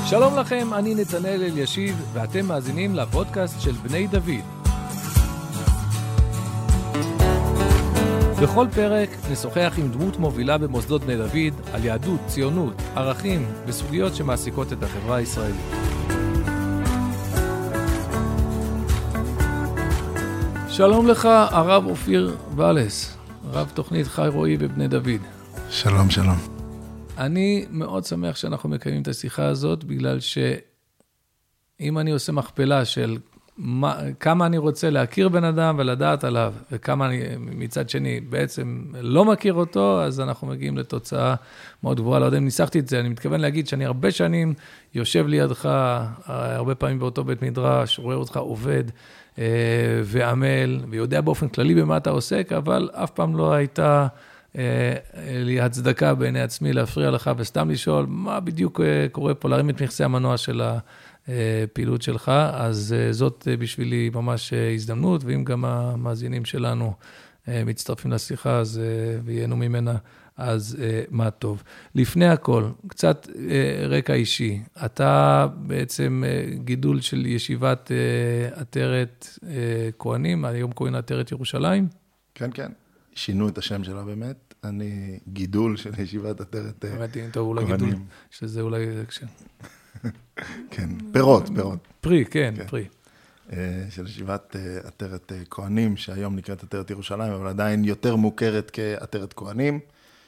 שלום לכם, אני נתנאל אלישיב, ואתם מאזינים לפודקאסט של בני דוד. בכל פרק נשוחח עם דמות מובילה במוסדות בני דוד על יהדות, ציונות, ערכים וסוגיות שמעסיקות את החברה הישראלית. שלום לך, הרב אופיר ולס, רב תוכנית חי רועי בבני דוד. שלום, שלום. אני מאוד שמח שאנחנו מקיימים את השיחה הזאת, בגלל שאם אני עושה מכפלה של כמה אני רוצה להכיר בן אדם ולדעת עליו, וכמה אני מצד שני בעצם לא מכיר אותו, אז אנחנו מגיעים לתוצאה מאוד גבוהה. לא יודע אם ניסחתי את זה, אני מתכוון להגיד שאני הרבה שנים יושב לידך, הרבה פעמים באותו בית מדרש, רואה אותך עובד ועמל, ויודע באופן כללי במה אתה עוסק, אבל אף פעם לא הייתה לי הצדקה בעיני עצמי להפריע לך וסתם לשאול מה בדיוק קורה פה, להרים את מכסה המנוע של הפעילות שלך, אז זאת בשבילי ממש הזדמנות, ואם גם המאזינים שלנו מצטרפים לשיחה וייהנו ממנה, אז מה טוב. לפני הכל, קצת רקע אישי, אתה בעצם גידול של ישיבת עטרת כהנים, היום קוראים עטרת ירושלים? כן, כן. שינו את השם שלה באמת, אני גידול של ישיבת עטרת כהנים. טוב, אולי גידול, שזה אולי... כן, פירות. פרי, כן, פרי. של ישיבת עטרת כהנים, שהיום נקראת עטרת ירושלים, אבל עדיין יותר מוכרת כעטרת כהנים.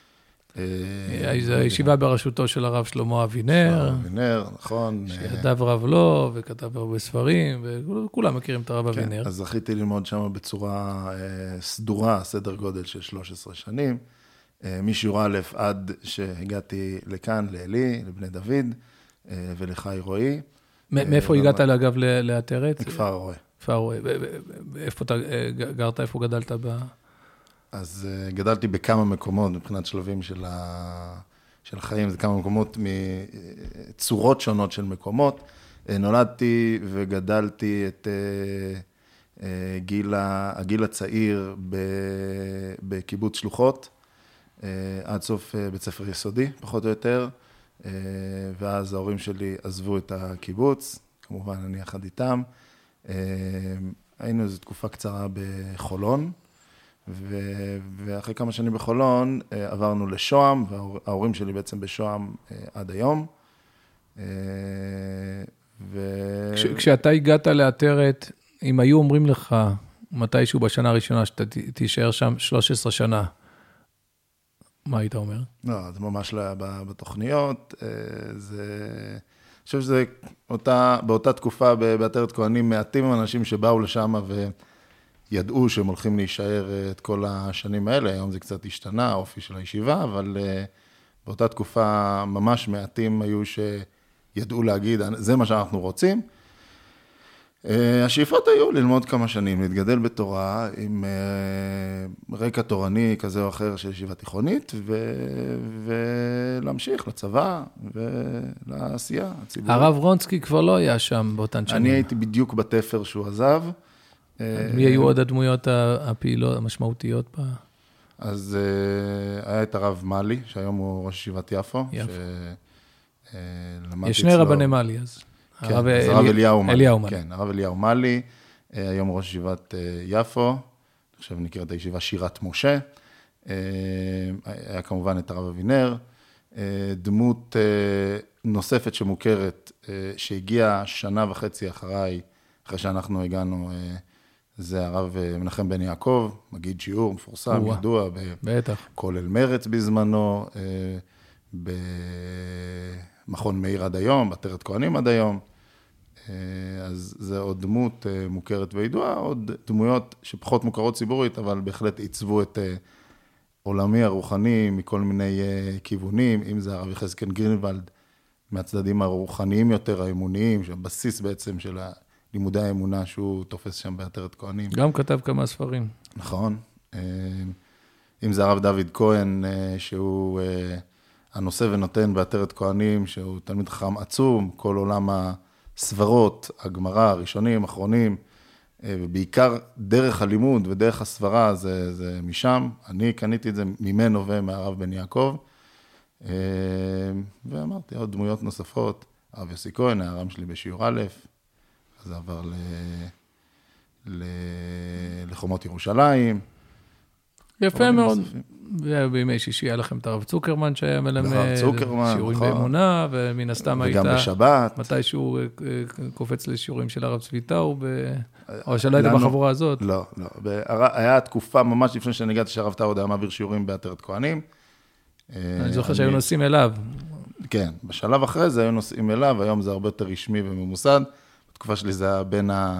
הישיבה בראשותו של הרב שלמה אבינר. אבינר, נכון. שידע רב לו, וכתב הרבה ספרים, וכולם מכירים את הרב אבינר. אז זכיתי ללמוד שם בצורה סדורה, סדר גודל של 13 שנים, משיעור א' עד שהגעתי לכאן, לאלי, לבני דוד, ולחי רועי. מאיפה הגעת אגב לעטרת? מכפר הרועה. כפר הרועה. איפה אתה גרת, איפה גדלת ב... אז גדלתי בכמה מקומות, מבחינת שלבים של החיים, זה כמה מקומות מצורות שונות של נולדתי וגדלתי את הגיל הצעיר בקיבוץ שלוחות, עד סוף בית ספר יסודי, פחות או יותר, ואז ההורים שלי עזבו את הקיבוץ, כמובן אני יחד איתם, היינו איזו תקופה קצרה בחולון, ואחרי כמה שנים בחולון עברנו לשוהם, וההורים שלי בעצם בשוהם עד היום. כשאתה הגעת לעטרת, אם היו אומרים לך מתישהו בשנה הראשונה שאתה תישאר שם 13 שנה, מה היית אומר? לא, זה ממש לא היה בתוכניות. אני חושב שזה באותה תקופה בעטרת כהנים, מעטים אנשים שבאו לשם ידעו שהם הולכים להישאר את כל השנים האלה, היום זה קצת השתנה, האופי של הישיבה, אבל באותה תקופה ממש מעטים היו שידעו להגיד, זה מה שאנחנו רוצים. השאיפות היו ללמוד כמה שנים, להתגדל בתורה עם רקע תורני כזה או אחר של ישיבה תיכונית, ולהמשיך לצבא ולעשייה הציבורית. הרב רונסקי כבר לא היה שם באותן שנים. אני הייתי בדיוק בתפר שהוא עזב, מי היו עוד הדמויות הפעילות, המשמעותיות בה? אז היה את הרב מלי, שהיום הוא ראש ישיבת יפו. יש שני רבני מלי, אז. כן, הרב אליהו מלי. כן, הרב אליהו מלי, היום ראש ישיבת יפו, עכשיו נקראת הישיבה שירת משה. היה כמובן את הרב אבינר. דמות נוספת שמוכרת, שהגיעה שנה וחצי אחרי שאנחנו הגענו, זה הרב מנחם בן יעקב, מגיד שיעור מפורסם, ידוע, בכולל מרץ בזמנו, במכון מאיר עד היום, בעטרת כהנים עד היום. אז זה עוד דמות מוכרת וידועה, עוד דמויות שפחות מוכרות ציבורית, אבל בהחלט עיצבו את עולמי הרוחני מכל מיני כיוונים, אם זה הרב יחזקאל גרינוולד, מהצדדים הרוחניים יותר, האמוניים, שהבסיס בעצם של לימודי האמונה שהוא תופס שם בעטרת כהנים. גם כתב כמה ספרים. נכון. אם זה הרב דוד כהן, שהוא הנושא ונותן בעטרת כהנים, שהוא תלמיד חכם עצום, כל עולם הסברות, הגמרא, הראשונים, אחרונים, ובעיקר דרך הלימוד ודרך הסברה, זה משם. אני קניתי את זה ממנו ומהרב בן יעקב, ואמרתי עוד דמויות נוספות. הרב יוסי כהן, הרם שלי בשיעור א', אז עבר לחומות ירושלים. יפה מאוד. ובימי שישי היה לכם את הרב צוקרמן שהיה מלמד, שיעורים באמונה, ומן הסתם היית... וגם בשבת. מתי שהוא קופץ לשיעורים של הרב צביטאו, או שלא היית בחבורה הזאת. לא. היה תקופה ממש לפני שאני הגעתי שהרב טאו עוד היה מעביר שיעורים בעטרת כהנים. אני זוכר שהיו נוסעים אליו. כן, בשלב אחרי זה היו נוסעים אליו, היום זה הרבה יותר רשמי וממוסד. בתקופה שלי זה היה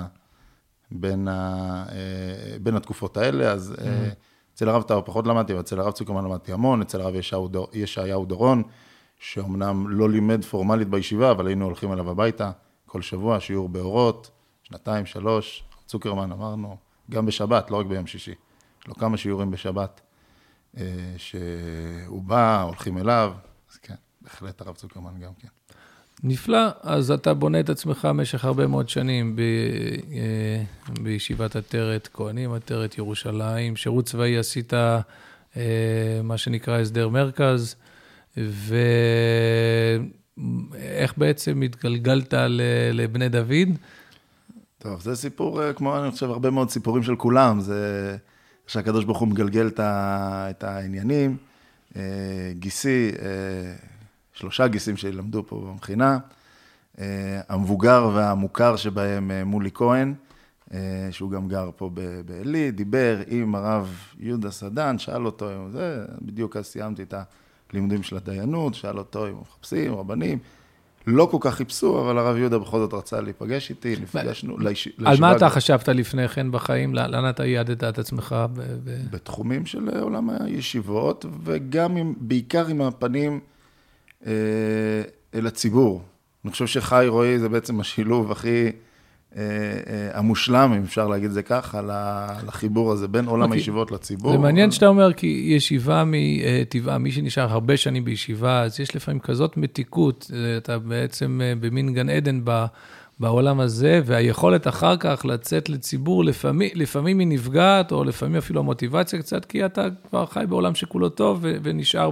בין התקופות האלה, אז אצל הרב טאו פחות למדתי, אבל אצל הרב צוקרמן למדתי המון, אצל הרב ישעיהו דורון, שאומנם לא לימד פורמלית בישיבה, אבל היינו הולכים אליו הביתה כל שבוע, שיעור באורות, 2, 3, צוקרמן אמרנו, גם בשבת, לא רק ביום שישי. יש לו כמה שיעורים בשבת, שהוא בא, הולכים אליו, אז כן, בהחלט הרב צוקרמן גם כן. נפלא, אז אתה בונה את עצמך במשך הרבה מאוד שנים בישיבת עטרת כהנים, עטרת ירושלים, שירות צבאי עשית מה שנקרא הסדר מרכז, ואיך בעצם התגלגלת לבני דוד? טוב, זה סיפור, כמו אני חושב, הרבה מאוד סיפורים של כולם, זה שהקדוש ברוך הוא מגלגל את העניינים, גיסי, 3 גיסים שלמדו פה במכינה, המבוגר והמוכר שבהם מולי כהן, שהוא גם גר פה בעלי, דיבר עם הרב יהודה סדן, שאל אותו, זה בדיוק אז סיימתי את הלימודים של הדיינות, שאל אותו אם מחפשים, רבנים, לא כל כך חיפשו, אבל הרב יהודה בכל זאת רצה להיפגש איתי, נפגשנו לישיבה. על מה אתה חשבת לפני כן בחיים? לאן אתה יעדת את עצמך? בתחומים של עולם הישיבות, וגם בעיקר עם הפנים אל הציבור. אני חושב שחי רועי זה בעצם השילוב הכי המושלם, אם אפשר להגיד זה ככה, לחיבור הזה בין עולם הישיבות לציבור. זה מעניין שאתה אומר, כי ישיבה מטבעה, מי שנשאר הרבה שנים בישיבה, אז יש לפעמים כזאת מתיקות, אתה בעצם במין גן עדן בעולם הזה, והיכולת אחר כך לצאת לציבור, לפעמים היא נפגעת, או לפעמים אפילו המוטיבציה קצת, כי אתה כבר חי בעולם שכולו טוב, ונשאר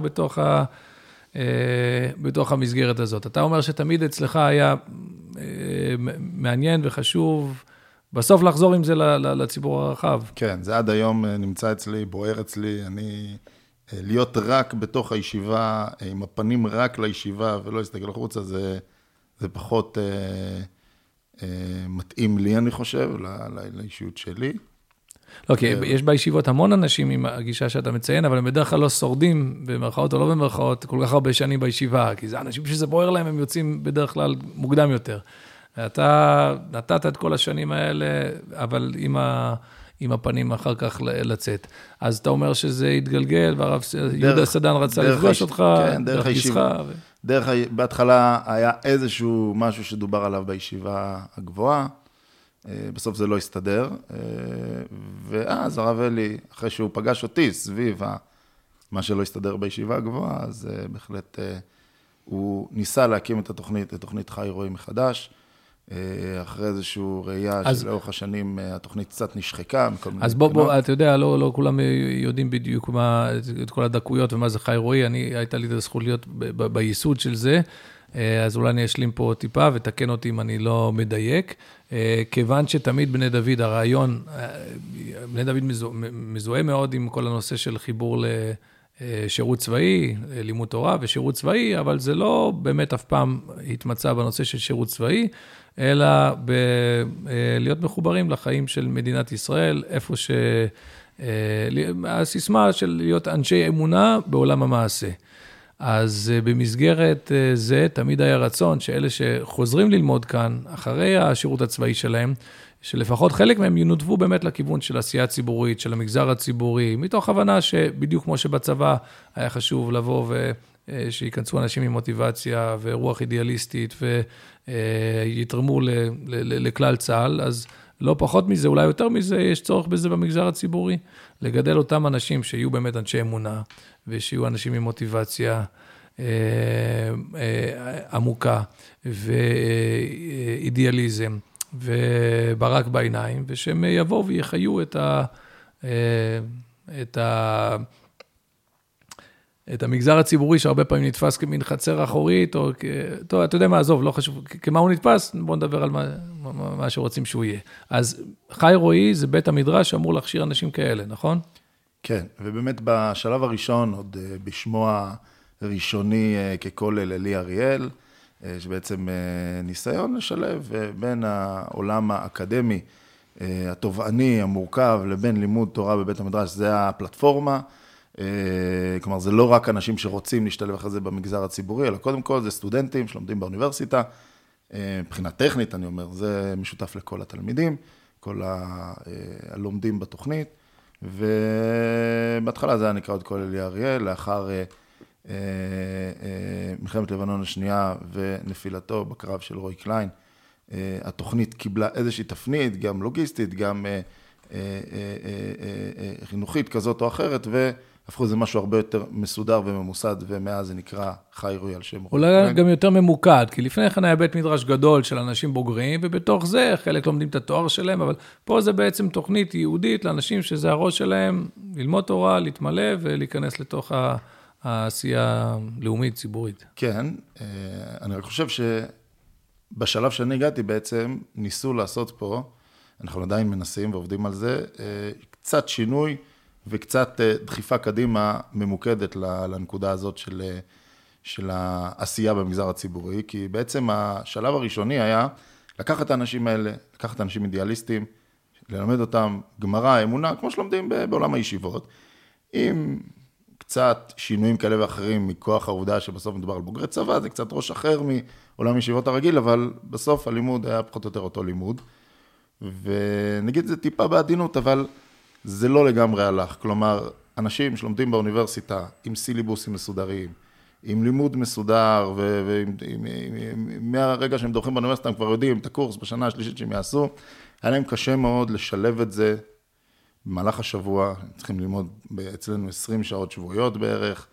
בתוך המסגרת הזאת. אתה אומר שתמיד אצלך היה מעניין וחשוב, בסוף לחזור עם זה לציבור הרחב. כן, זה עד היום נמצא אצלי, בוער אצלי, להיות רק בתוך הישיבה, עם הפנים רק לישיבה, ולא להסתכל החוצה, זה פחות מתאים לי, אני חושב, לאישיות שלי. לא, כי יש בישיבות המון אנשים עם הגישה שאתה מציין, אבל הם בדרך כלל לא שורדים, במרכאות או לא במרכאות, כל כך הרבה שנים בישיבה, כי זה אנשים שזה בוער להם, הם יוצאים בדרך כלל מוקדם יותר. אתה נתת את כל השנים האלה, אבל עם הפנים אחר כך לצאת. אז אתה אומר שזה התגלגל, והרב יהודה סדן רצה לפגוש אותך, דרך ישחה. בהתחלה היה איזשהו משהו שדובר עליו בישיבה הגבוהה, בסוף זה לא הסתדר, ואז הרב אלי, אחרי שהוא פגש אותי סביב מה שלא הסתדר בישיבה הגבוהה, אז בהחלט הוא ניסה להקים את תוכנית חי רועי מחדש, אחרי איזשהו ראייה שלאורך השנים התוכנית קצת נשחקה. אז בוא, אתה יודע, לא כולם יודעים בדיוק את כל הדקויות ומה זה חי רועי, הייתה לי את הזכות להיות ביסוד של זה, אז אולי אני אשלים פה טיפה ותקן אותי אם אני לא מדייק, כיוון שתמיד בני דוד, הרעיון, בני דוד מזוהה מאוד עם כל הנושא של חיבור לשירות צבאי, לימוד תורה ושירות צבאי, אבל זה לא באמת אף פעם התמצא בנושא של שירות צבאי, אלא להיות מחוברים לחיים של מדינת ישראל, איפה הסיסמה של להיות אנשי אמונה בעולם המעשה. אז במסגרת זה תמיד היה רצון שאלה שחוזרים ללמוד כאן, אחרי השירות הצבאי שלהם, שלפחות חלק מהם ינותבו באמת לכיוון של עשייה ציבורית, של המגזר הציבורי, מתוך הבנה שבדיוק כמו שבצבא היה חשוב לבוא ושיכנסו אנשים עם מוטיבציה ורוח אידיאליסטית ויתרמו לכלל צה"ל, אז לא פחות מזה, אולי יותר מזה, יש צורך בזה במגזר הציבורי, לגדל אותם אנשים שיהיו באמת אנשי אמונה, ושיהיו אנשים עם מוטיבציה עמוקה, ואידיאליזם, וברק בעיניים, ושהם יבואו ויחיו את המגזר הציבורי, שהרבה פעמים נתפס כמין חצר אחורית, או, טוב, אתה יודע מה, עזוב, לא חשוב, כמה הוא נתפס, בואו נדבר על מה שרוצים שהוא יהיה. אז חי רועי זה בית המדרש שאמור להכשיר אנשים כאלה, נכון? כן, ובאמת בשלב הראשון, עוד בשמו הראשוני ככולל אלי אריאל, שבעצם ניסיון לשלב בין העולם האקדמי, התובעני, המורכב, לבין לימוד תורה בבית המדרש, זה הפלטפורמה. כלומר, זה לא רק אנשים שרוצים להשתלב אחרי זה במגזר הציבורי, אלא קודם כל זה סטודנטים שלומדים באוניברסיטה, מבחינה טכנית, אני אומר, זה משותף לכל התלמידים, כל הלומדים בתוכנית, ובהתחלה זה היה נקרא עוד כל אלי אריאל, לאחר מלחמת לבנון השנייה ונפילתו בקרב של רועי קליין, התוכנית קיבלה איזושהי תפנית, גם לוגיסטית, גם חינוכית כזאת או אחרת, והפכו לזה משהו הרבה יותר מסודר וממוסד, ומאז זה נקרא חי רועי על שם רועי קליין. אולי גם יותר ממוקד, כי לפני כן היה בית מדרש גדול של אנשים בוגרים, ובתוך זה חלק לומדים את התואר שלהם, אבל פה זה בעצם תוכנית ייעודית לאנשים שזה הראש שלהם, ללמוד תורה, להתמלא ולהיכנס לתוך העשייה לאומית, ציבורית. כן, אני רק חושב שבשלב שאני הגעתי בעצם, ניסו לעשות פה, אנחנו עדיין מנסים ועובדים על זה, קצת שינוי וקצת דחיפה קדימה ממוקדת לנקודה הזאת של העשייה במגזר הציבורי, כי בעצם השלב הראשוני היה לקחת את האנשים האלה, לקחת אנשים אידיאליסטים, ללמד אותם גמרא, אמונה, כמו שלומדים בעולם הישיבות, עם קצת שינויים כאלה ואחרים מכוח העובדה שבסוף מדובר על בוגרי צבא, זה קצת ראש אחר מעולם ישיבות הרגיל, אבל בסוף הלימוד היה פחות או יותר אותו לימוד, ונגיד זה טיפה בעדינות, אבל זה לא לגמרי הלך. כלומר, אנשים שלומדים באוניברסיטה עם סיליבוסים מסודרים, עם לימוד מסודר, ומהרגע שהם דורכים באוניברסיטה, הם כבר יודעים את הקורס בשנה השלישית שהם יעשו, היה להם קשה מאוד לשלב את זה במהלך השבוע, צריכים ללמוד אצלנו 20 שעות שבועיות בערך,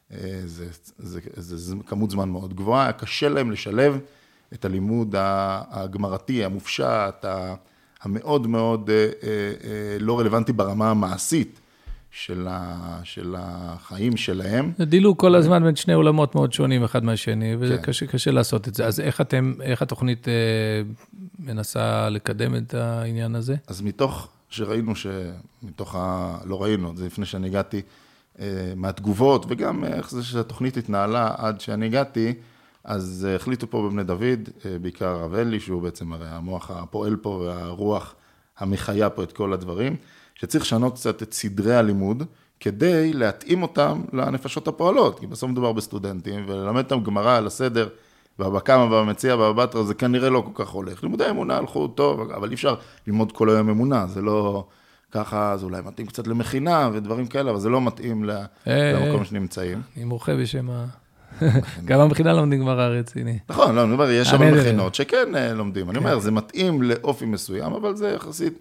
זה כמות זמן מאוד גבוהה, היה קשה להם לשלב את הלימוד הגמרתי, המופשט, המאוד מאוד לא רלוונטי ברמה המעשית של החיים שלהם. זה דילוג כל הזמן בין שני עולמות מאוד שונים אחד מהשני, וזה קשה לעשות את זה. אז איך התוכנית מנסה לקדם את העניין הזה? אז מתוך שראינו לא ראינו, זה לפני שאני הגעתי, מהתגובות, וגם איך זה שהתוכנית התנהלה עד שאני הגעתי, אז החליטו פה בבני דוד, בעיקר הרב אלי, שהוא בעצם הרי המוח הפועל פה, והרוח המחיה פה את כל הדברים, שצריך לשנות קצת את סדרי הלימוד, כדי להתאים אותם לנפשות הפועלות, כי בסוף מדובר בסטודנטים, וללמד אותם גמרא על הסדר, והבקמה והמציע והבטרה, זה כנראה לא כל כך הולך. לימודי אמונה הלכו טוב, אבל אי אפשר ללמוד כל היום אמונה, זה לא ככה, זה אולי מתאים קצת למכינה ודברים כאלה, אבל זה לא מתאים למקום שנמצאים. אני מורחה בשם גם המכינה לומדים גמרא רציני. נכון, לא, אני אומר, יש הרבה מכינות שכן לומדים. אני אומר, זה מתאים לאופי מסוים, אבל זה יחסית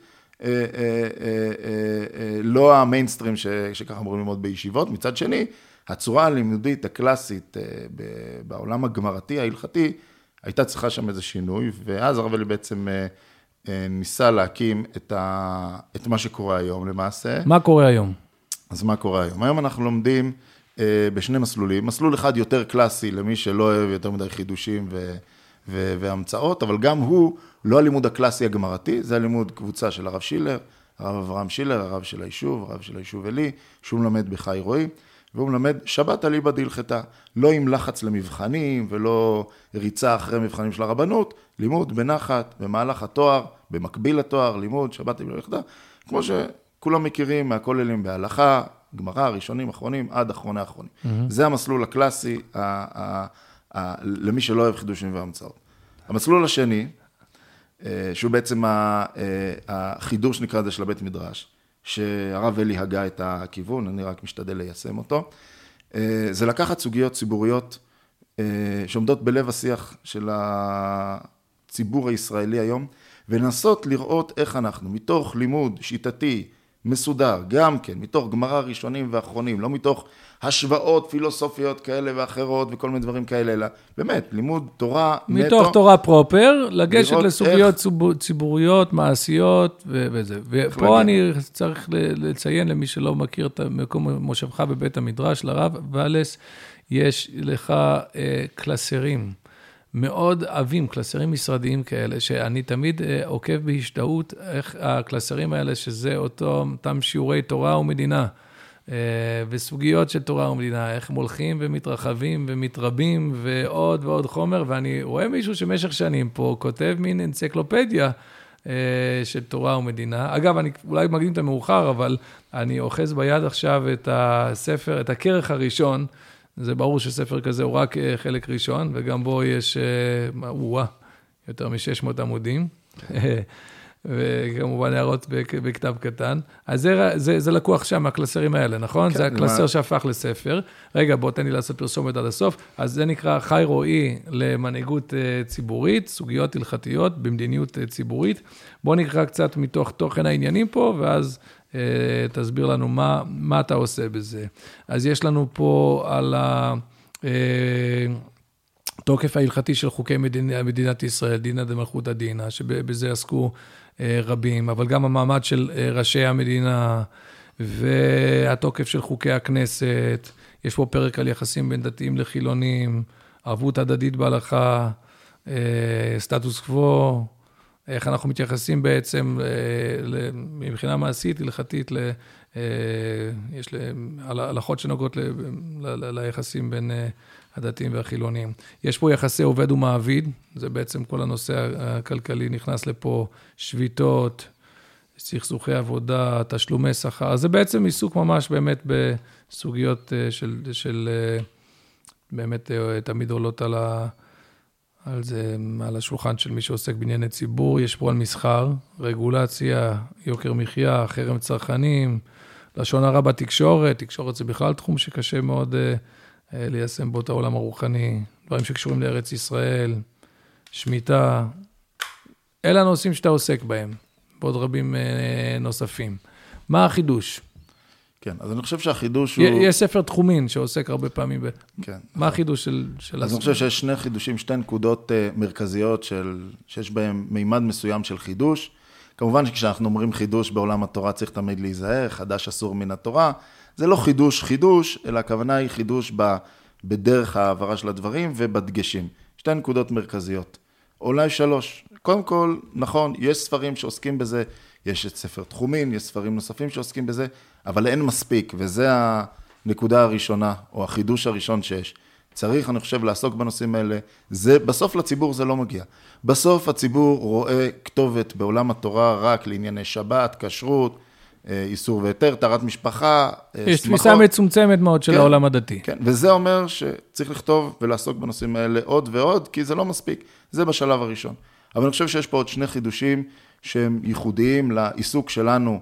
לא המיינסטרים שככה אמורים ללמוד בישיבות. מצד שני, הצורה הלימודית הקלאסית בעולם הגמרתי, ההלכתי, הייתה צריכה שם איזה שינוי, ואז הרב אלי בעצם ניסה להקים את מה שקורה היום למעשה. מה קורה היום? אז מה קורה היום? היום אנחנו לומדים בשני מסלולים. מסלול אחד יותר קלאסי למי שלא אוהב יותר מדי חידושים והמצאות, אבל גם הוא לא הלימוד הקלאסי הגמרתי, זה הלימוד קבוצה של הרב שילר, הרב אברהם שילר, הרב של היישוב אלי, שהוא מלמד בחי רועי, והוא מלמד שבת אליבא דהלכתה, לא עם לחץ למבחנים ולא ריצה אחרי מבחנים של הרבנות, לימוד בנחת, במהלך התואר, במקביל לתואר, לימוד שבת אליבא דהלכתה, כמו שכולם מכירים מהכוללים בהלכה, גמרא, ראשונים, אחרונים, עד אחרוני האחרונים. זה המסלול הקלאסי, למי שלא אוהב חידושים והמצאות. המסלול השני, שהוא בעצם החידוש שנקרא זה של הבית מדרש, שהרב אלי הגה את הכיוון, אני רק משתדל ליישם אותו, זה לקחת סוגיות ציבוריות שעומדות בלב השיח של הציבור הישראלי היום, ולנסות לראות איך אנחנו, מתוך לימוד שיטתי מסודר, גם כן, מתוך גמרא ראשונים ואחרונים, לא מתוך השוואות פילוסופיות כאלה ואחרות וכל מיני דברים כאלה, אלא באמת, לימוד תורה נטו. מתוך תורה פרופר, לגשת לסוגיות ציבוריות, מעשיות וזה. ופה אני צריך לציין למי שלא מכיר את מקום מושבך בבית המדרש, לרב ואלס, יש לך קלסרים. מאוד אוהבים, קלסרים משרדיים כאלה, שאני תמיד עוקב בהשתאות, איך הקלסרים האלה, שזה אותם שיעורי תורה ומדינה, וסוגיות של תורה ומדינה, איך הם הולכים ומתרחבים ומתרבים, ועוד ועוד חומר, ואני רואה מישהו שמשך שנים פה, כותב מין אנציקלופדיה של תורה ומדינה. אגב, אני אולי מקדים את המאוחר, אבל אני אוחז ביד עכשיו את הספר, את הכרך הראשון, זה ברור שספר כזה הוא רק חלק ראשון, וגם בו יש יותר מ-600 עמודים, וכמובן הערות בכתב קטן. אז זה לקוח שם, הקלסרים האלה, נכון? זה הקלסר שהפך לספר. רגע, בוא תן לי לעשות פרסומת עד הסוף. אז זה נקרא חי רועי למנהיגות ציבורית, סוגיות הלכתיות במדיניות ציבורית. בוא נקרא קצת מתוך תוכן העניינים פה, ואז תסביר לנו מה אתה עושה בזה. אז יש לנו פה על התוקף ההלכתי של חוקי מדינת ישראל, דינא דמלכותא דינא, שבזה עסקו רבים, אבל גם המעמד של ראשי המדינה, והתוקף של חוקי הכנסת, יש פה פרק על יחסים בין דתיים לחילונים, ערבות הדדית בהלכה, סטטוס קוו, איך אנחנו מתייחסים בעצם מבחינה מעשית, הלכתית, יש הלכות שנוגעות ליחסים בין הדתיים והחילונים. יש פה יחסי עובד ומעביד, זה בעצם כל הנושא הכלכלי נכנס לפה, שביתות, סכסוכי עבודה, תשלומי שכר, זה בעצם עיסוק ממש באמת בסוגיות של באמת תמיד עולות על זה, על השולחן של מי שעוסק בענייני ציבור, יש פה על מסחר, רגולציה, יוקר מחיה, חרם צרכנים, לשון הרע בתקשורת, תקשורת זה בכלל תחום שקשה מאוד ליישם בו את העולם הרוחני, דברים שקשורים לארץ ישראל, שמיטה, אלה הנושאים שאתה עוסק בהם, ועוד רבים נוספים. מה החידוש? כן, אז אני חושב שהחידוש הוא... יש ספר תחומין שעוסק הרבה פעמים כן. מה החידוש של... אז אני חושב שיש שני חידושים, שתי נקודות מרכזיות שיש בהם מימד מסוים של חידוש. כמובן שכשאנחנו אומרים חידוש בעולם התורה צריך תמיד להיזהר, חדש אסור מן התורה. זה לא חידוש, אלא הכוונה היא חידוש בדרך העברה של הדברים ובדגשים. שתי נקודות מרכזיות. אולי 3. קודם כל, נכון, יש ספרים שעוסקים בזה, יש את ספר תחומין, יש ספרים נוספים שעוסקים בזה, אבל אין מספיק, וזה הנקודה הראשונה, או החידוש הראשון שיש. צריך, אני חושב, לעסוק בנושאים האלה. בסוף לציבור זה לא מגיע. בסוף הציבור רואה כתובת בעולם התורה רק לענייני שבת, כשרות, איסור והיתר, טהרת משפחה, יש תפיסה מצומצמת מאוד של העולם הדתי. כן, וזה אומר שצריך לכתוב ולעסוק בנושאים האלה עוד ועוד, כי זה לא מספיק. זה בשלב הראשון. אבל אני חושב שיש פה עוד שני חידושים שהם ייחודיים לעיסוק שלנו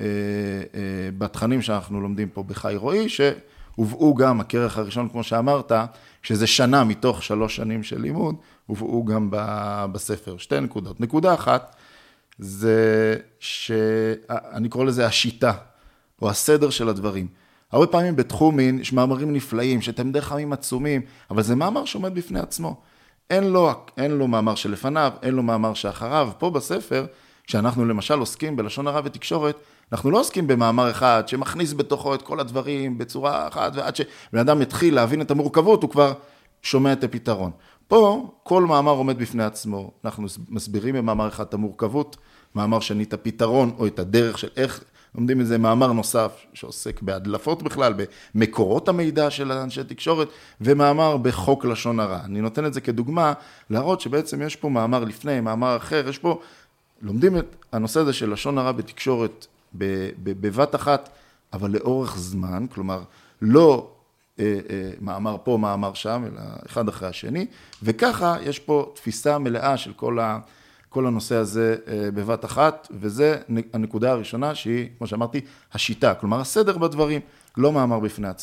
בתכנים שאנחנו לומדים פה בחי רועי, שהובאו גם, הכרך הראשון, כמו שאמרת, שזה שנה מתוך 3 שנים של לימוד, הובאו גם בספר. 2 נקודות. נקודה אחת, זה שאני קורא לזה השיטה, או הסדר של הדברים. הרבה פעמים בתחומין יש מאמרים נפלאים, שתלמידי חכמים עצומים, אבל זה מאמר שעומד בפני עצמו. אין לו מאמר שלפניו, אין לו מאמר שאחריו. פה בספר, כשאנחנו למשל עוסקים בלשון הרע ותקשורת, אנחנו לא עוסקים במאמר אחד שמכניס בתוכו את כל הדברים בצורה אחת, ועד שבן אדם יתחיל להבין את המורכבות, הוא כבר שומע את הפתרון. פה כל מאמר עומד בפני עצמו. אנחנו מסבירים במאמר אחד את המורכבות, מאמר שני את הפתרון או את הדרך של איך לומדים את זה, מאמר נוסף שעוסק בהדלפות בכלל, במקורות המידע של אנשי תקשורת, ומאמר בחוק לשון הרע. אני נותן את זה כדוגמה, להראות שבעצם יש פה מאמר לפני, מאמר אחר, יש פה, לומדים את הנושא הזה של לשון הרע בתקשורת בבת אחת, אבל לאורך זמן, כלומר, לא מאמר פה, מאמר שם, אלא אחד אחרי השני, וככה יש פה תפיסה מלאה של כל הנושא הזה בבת אחת, וזה הנקודה הראשונה שהיא, כמו שאמרתי, השיטה, כלומר הסדר בדברים, לא מאמר בפני עצמו.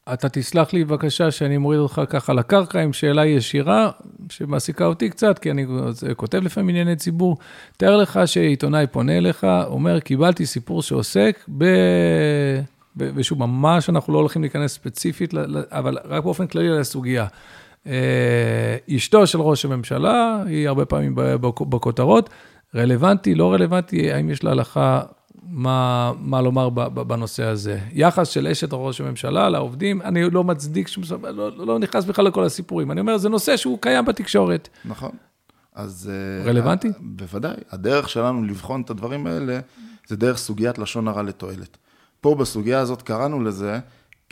אתה תסלח לי בבקשה שאני מוריד אותך ככה לקרקע עם שאלה ישירה, שמעסיקה אותי קצת, כי אני כותב לפעמים ענייני ציבור. תאר לך שעיתונאי פונה אליך, אומר, קיבלתי סיפור שעוסק ושוב, ממש אנחנו לא הולכים להיכנס ספציפית, אבל רק באופן כללי לסוגיה. אשתו של ראש הממשלה, היא הרבה פעמים בכותרות, רלוונטי, לא רלוונטי, האם יש להלכה מה לומר בנושא הזה. יחס של אשת ראש הממשלה לעובדים, אני לא מצדיק, לא נכנס בכלל לכל הסיפורים. אני אומר, זה נושא שהוא קיים בתקשורת. נכון. אז... רלוונטי? בוודאי. הדרך שלנו לבחון את הדברים האלה, זה דרך סוגיית לשון הרע לתועלת. פה בסוגיה הזאת קראנו לזה,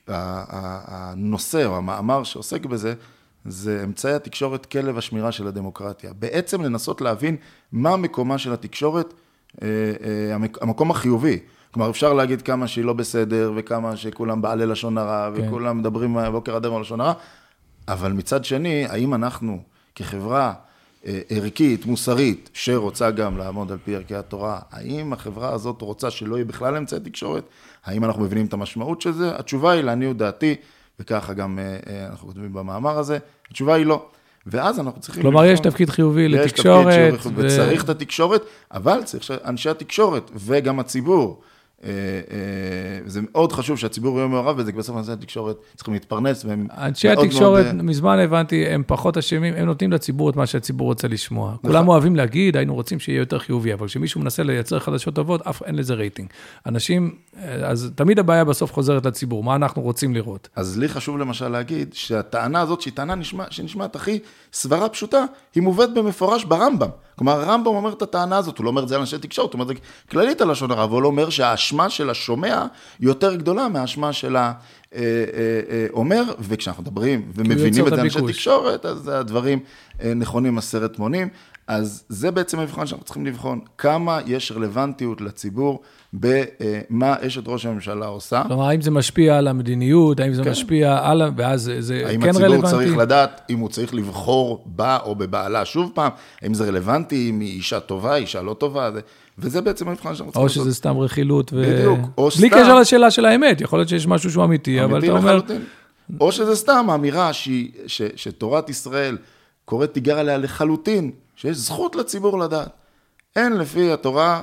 הנושא או המאמר שעוסק בזה, זה אמצעי התקשורת כלב השמירה של הדמוקרטיה. בעצם לנסות להבין מה מקומה של התקשורת, המקום החיובי. כלומר, אפשר להגיד כמה שהיא לא בסדר, וכמה שכולם בעלי לשון הרע, וכולם מדברים בוקר עד ערב על לשון הרע, אבל מצד שני, האם אנחנו כחברה ערכית, מוסרית, שרוצה גם לעמוד על פי ערכי התורה, האם החברה הזאת רוצה שלא יהיה בכלל אמצעי תקשורת? האם אנחנו מבינים את המשמעות של זה? התשובה היא, לעניות דעתי, וככה גם אנחנו כותבים במאמר הזה, התשובה היא לא. ואז אנחנו צריכים... כלומר, יש תפקיד חיובי לתקשורת. וצריך את התקשורת, אבל צריך שאנשי התקשורת וגם הציבור, זה מאוד חשוב שהציבור יהיה מעורב בזה, כי בסוף אנשי התקשורת צריכים להתפרנס. אנשי התקשורת, מזמן הבנתי, הם פחות אשמים, הם נותנים לציבור את מה שהציבור רוצה לשמוע. כולם אוהבים להגיד, היינו רוצים שיהיה יותר חיובי, אבל כשמישהו מנסה לייצר חדשות טובות, אף אין לזה רייטינג. אנשים, אז תמיד הבעיה בסוף חוזרת לציבור, מה אנחנו רוצים לראות. אז לי חשוב למשל להגיד, שהטענה הזאת, שהיא טענה שנשמעת הכי סברה פשוטה, היא מובאת במפורש ברמב"ם. כלומר, הרמב"ם אומר את הטענה הזאת, הוא לא אומר את זה על אנשי תקשורת, הוא אומר את זה כללית על לשון הרע, אבל הוא אומר שהאשמה של השומע יותר גדולה מהאשמה של האומר, וכשאנחנו מדברים ומבינים את זה אנשי תקשורת, אז הדברים נכונים 10 מונים, אז זה בעצם המבחן שאנחנו צריכים לבחון, כמה יש רלוונטיות לציבור, במה אשת ראש הממשלה עושה. כלומר, האם זה משפיע על המדיניות, האם זה משפיע על, ואז זה כן רלוונטי. האם הציבור צריך לדעת אם הוא צריך לבחור בה או בבעלה שוב פעם, האם זה רלוונטי, אם היא אישה טובה, אישה לא טובה, וזה בעצם המבחן שאנחנו צריכים לעשות. או שזה סתם רכילות, בדיוק, או בלי קשר לשאלה של האמת, יכול להיות שיש משהו שהוא אמיתי, אבל אתה אומר... או שזה סתם אמירה שתורת ישראל קוראת תיגר עליה לחלוטין, שיש זכות לציבור לדעת. אין לפי התורה,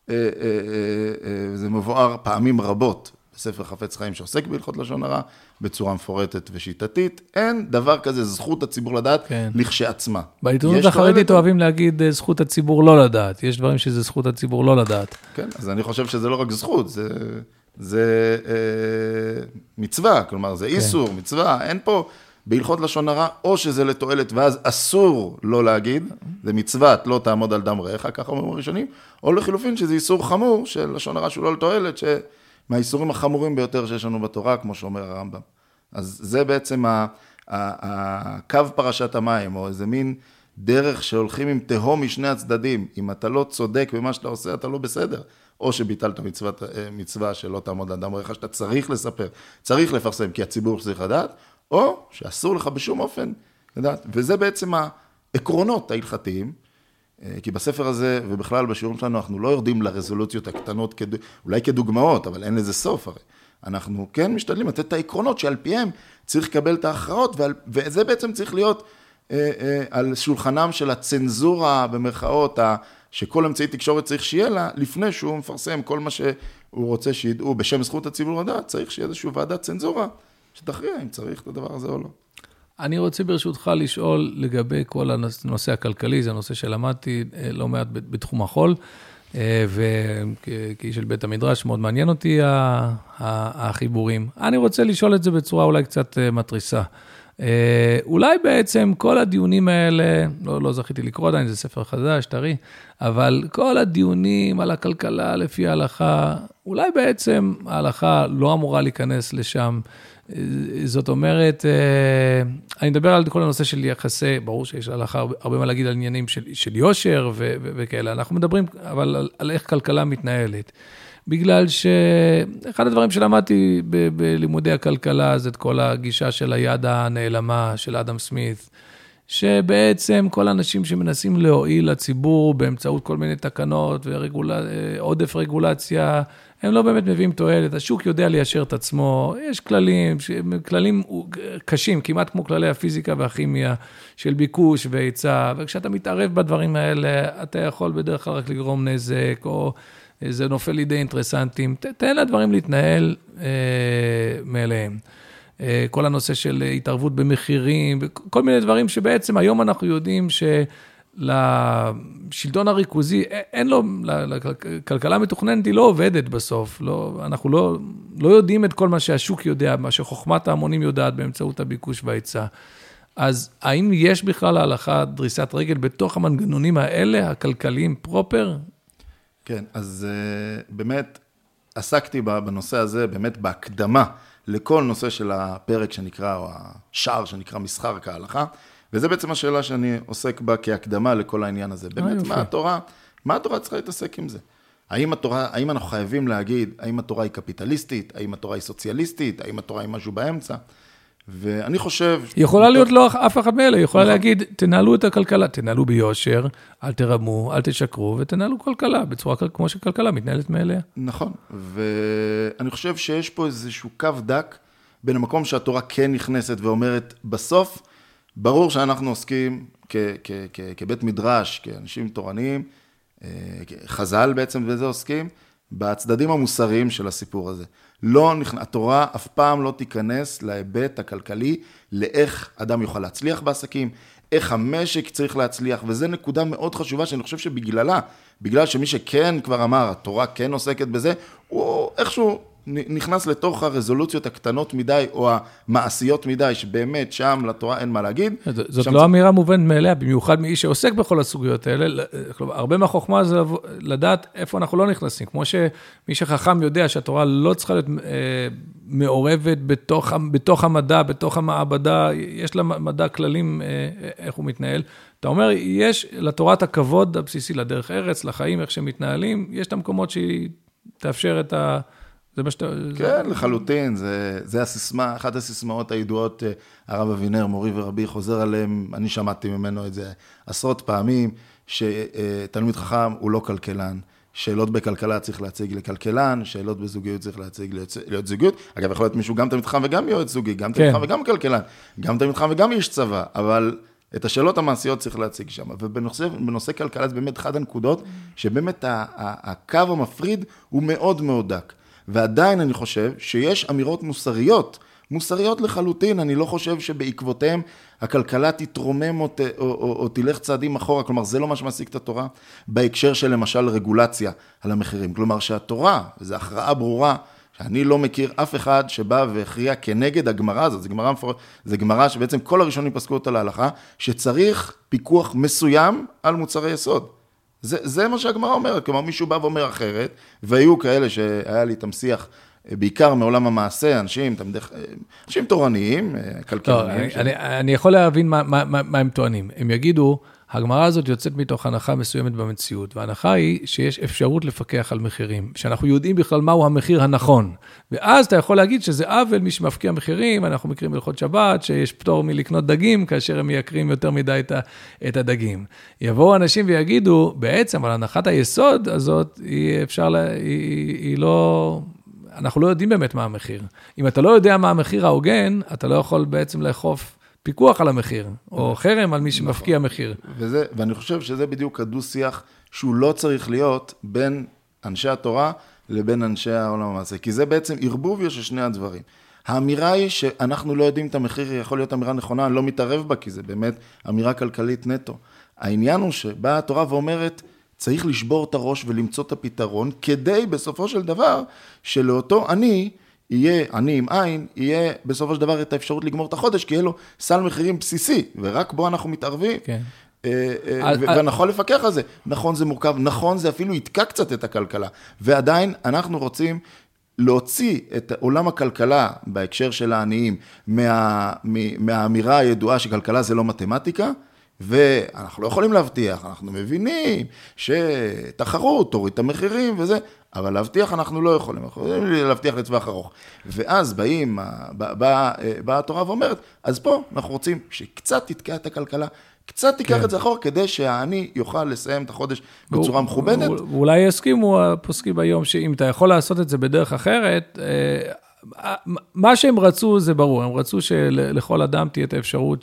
זה מבואר פעמים רבות בספר חפץ חיים שעוסק בהלכות לשון הרע, בצורה מפורטת ושיטתית, אין דבר כזה זכות הציבור לדעת לכשעצמה. בעיתונות החרדית אוהבים להגיד זכות הציבור לא לדעת, יש דברים שזה זכות הציבור לא לדעת. כן, אז אני חושב שזה לא רק זכות, זה מצווה, כלומר זה איסור, מצווה, אין פה בהלכות לשון הרע, או שזה לתועלת, ואז אסור לא להגיד, זה מצוות, לא תעמוד על דם רעך, ככה אומרים הראשונים, או לחילופין שזה איסור חמור של לשון הרע שהוא לא לתועלת, מהאיסורים החמורים ביותר שיש לנו בתורה, כמו שאומר הרמב"ם. אז זה בעצם הקו פרשת המים, או איזה מין דרך שהולכים עם תהום משני הצדדים. אם אתה לא צודק במה שאתה עושה, אתה לא בסדר. או שביטלת מצווה שלא תעמוד על דם רעך, שאתה צריך לספר, צריך לפרסם, כי הציבור צריך לדעת, או שאסור לך בשום אופן לדעת. וזה בעצם העקרונות ההלכתיים, כי בספר הזה, ובכלל בשיעורים שלנו, אנחנו לא יורדים לרזולוציות הקטנות, אולי כדוגמאות, אבל אין לזה סוף הרי. אנחנו כן משתדלים לתת את העקרונות שעל פיהם צריך לקבל את ההכרעות, וזה בעצם צריך להיות על שולחנם של הצנזורה במרכאות, שכל אמצעי תקשורת צריך שיהיה לה, לפני שהוא מפרסם כל מה שהוא רוצה שידעו בשם זכות הציבור לדעת, צריך שיהיה איזושהי ועדת צנזורה, שתכריע אם צריך את הדבר הזה או לא. אני רוצה ברשותך לשאול לגבי כל הנושא הכלכלי, זה הנושא שלמדתי לא מעט בתחום החול, וכאיש של בית המדרש מאוד מעניין אותי החיבורים. אני רוצה לשאול את זה בצורה אולי קצת מטריסה. אולי בעצם כל הדיונים האלה, לא זכיתי לקרוא עדיין, זה ספר חדש, טרי, אבל כל הדיונים על הכלכלה לפי ההלכה, אולי בעצם ההלכה לא אמורה להיכנס לשם. זאת אומרת, אני מדבר על כל הנושא של יחסי, ברור שיש להלכה הרבה מה להגיד על עניינים של יושר וכאלה, אנחנו מדברים אבל על איך כלכלה מתנהלת. בגלל שאחד הדברים שלמדתי בלימודי הכלכלה, זה את כל הגישה של היד הנעלמה של אדם סמית, שבעצם כל האנשים שמנסים להועיל לציבור באמצעות כל מיני תקנות ועודף רגולציה, הם לא באמת מביאים תועלת. השוק יודע ליישר את עצמו, יש כללים קשים, כמעט כמו כללי הפיזיקה והכימיה של ביקוש והיצע, וכשאתה מתערב בדברים האלה, אתה יכול בדרך כלל רק לגרום נזק, או זה נופל לידי אינטרסנטים, תן לדברים להתנהל מאליהם. כל הנושא של התערבות במחירים, וכל מיני דברים שבעצם היום אנחנו יודעים שלשלטון הריכוזי, אין לו, לכלכלה מתוכננת היא לא עובדת בסוף, אנחנו לא יודעים את כל מה שהשוק יודע, מה שחוכמת ההמונים יודעת באמצעות הביקוש וההיצע. אז האם יש בכלל להלכה דריסת רגל בתוך המנגנונים האלה, הכלכליים פרופר? כן, אז באמת עסקתי בנושא הזה, באמת בהקדמה, לכל נושא של הפרק שנקרא, או השער שנקרא מסחר כהלכה, וזה בעצם השאלה שאני עוסק בה כהקדמה לכל העניין הזה. באמת, מה התורה צריכה להתעסק עם זה? האם אנחנו חייבים להגיד, האם התורה היא קפיטליסטית, האם התורה היא סוציאליסטית, האם התורה היא משהו באמצע? ואני חושב... יכולה להיות לא אף אחד מאלה, יכולה להגיד, תנהלו את הכלכלה, תנהלו ביושר, אל תרמו, אל תשקרו, ותנהלו כלכלה, בצורה כמו שכלכלה מתנהלת מאליה. נכון, ואני חושב שיש פה איזשהו קו דק, בין המקום שהתורה כן נכנסת ואומרת, בסוף, ברור שאנחנו עוסקים כבית מדרש, כאנשים תורניים, חז"ל בעצם וזה עוסקים, בצדדים המוסריים של הסיפור הזה. התורה אף פעם לא תיכנס להיבט הכלכלי, לאיך אדם יוכל להצליח בעסקים, איך המשק צריך להצליח, וזו נקודה מאוד חשובה שאני חושב שבגללה, בגלל שמי שכן כבר אמר, התורה כן עוסקת בזה, הוא איכשהו נכנס לתוך הרזולוציות הקטנות מדי, או המעשיות מדי, שבאמת שם לתורה אין מה להגיד. זאת לא אמירה מובנת מאליה, במיוחד מי שעוסק בכל הסוגיות האלה, הרבה מהחוכמה זה לדעת איפה אנחנו לא נכנסים, כמו שמי שחכם יודע שהתורה לא צריכה להיות מעורבת בתוך המדע, בתוך המעבדה, יש לה מדע כללים איך הוא מתנהל. אתה אומר, יש לתורת הכבוד הבסיסי לדרך ארץ, לחיים, איך שהם מתנהלים, יש את המקומות שהיא תאפשר את ה... כן, לחלוטין, זה הסיסמה, אחת הסיסמאות הידועות, הרב אבינר, מורי ורבי, חוזר עליהם, אני שמעתי ממנו את זה עשרות פעמים, שתלמיד חכם הוא לא כלכלן, שאלות בכלכלה צריך להציג לכלכלן, שאלות בזוגיות צריך להציג להיות זוגיות, אגב, יכול להיות מישהו גם תלמיד חכם וגם יועץ זוגי, גם תלמיד חכם וגם כלכלן, גם תלמיד חכם וגם איש צבא, אבל את השאלות המעשיות צריך להציג שם, ובנושא כלכלה זה באמת אחד הנקודות, שבאמת הקו המפריד הוא מאוד מאוד דק. ועדיין אני חושב שיש אמירות מוסריות לחלוטין, אני לא חושב שבעקבותיהם הכלכלה תתרומם או תלך צעדים אחורה, כלומר זה לא מה שמעסיק את התורה, בהקשר של למשל רגולציה על המחירים, כלומר שהתורה, וזו הכרעה ברורה, שאני לא מכיר אף אחד שבא והכריע כנגד הגמרא הזאת, זה גמרא שבעצם כל הראשונים פסקו אותה להלכה, שצריך פיקוח מסוים על מוצרי יסוד. זה מה שהגמרא אומרת, כלומר מישהו בא ואומר אחרת, והיו כאלה שהיה לי איתם שיח, בעיקר מעולם המעשה, אנשים תורניים, כלכליים. אני יכול להבין מה הם טוענים. הם יגידו, הגמרא הזאת יוצאת מתוך הנחה מסוימת במציאות, וההנחה היא שיש אפשרות לפקח על מחירים, שאנחנו יודעים בכלל מהו המחיר הנכון, ואז אתה יכול להגיד שזה עוול מי שמפקיע מחירים, אנחנו מכירים הלכות שבת, שיש פטור מלקנות דגים, כאשר הם מייקרים יותר מדי את הדגים. יבואו אנשים ויגידו, בעצם על הנחת היסוד הזאת, אנחנו לא יודעים באמת מה המחיר. אם אתה לא יודע מה המחיר ההוגן, אתה לא יכול בעצם לאכוף פיקוח על המחיר, או חרם על מי שמפקיע מחיר. ואני חושב שזה בדיוק הדו-שיח שהוא לא צריך להיות בין אנשי התורה לבין אנשי העולם המעשה, כי זה בעצם ערבוביה של שני הדברים. האמירה היא שאנחנו לא יודעים את המחיר, יכול להיות אמירה נכונה, אני לא מתערב בה, כי זה באמת אמירה כלכלית נטו. העניין הוא שבאה התורה ואומרת, צריך לשבור את הראש ולמצוא את הפתרון, כדי בסופו של דבר, שלאותו אני עם עין, יהיה בסופו של דבר את האפשרות לגמור את החודש, כי יהיה לו סל מחירים בסיסי, ורק בו אנחנו מתערבים. כן. ונכון לפקח על זה. נכון, זה מורכב, נכון, זה אפילו יתקע קצת את הכלכלה. ועדיין אנחנו רוצים להוציא את עולם הכלכלה, בהקשר של העניים, מהאמירה הידועה שכלכלה זה לא מתמטיקה, ואנחנו לא יכולים להבטיח, אנחנו מבינים שתחרות, תוריד את המחירים וזה, אבל להבטיח אנחנו לא יכולים, אנחנו יכולים להבטיח לטווח ארוך. ואז באה התורה ואומרת, אז פה אנחנו רוצים שקצת תתקע את הכלכלה, קצת תיקח את זה אחורה, כדי שהעני יוכל לסיים את החודש בצורה מכובדת. ואולי יסכימו הפוסקים היום, שאם אתה יכול לעשות את זה בדרך אחרת, מה שהם רצו זה ברור, הם רצו שלכל אדם תהיה את האפשרות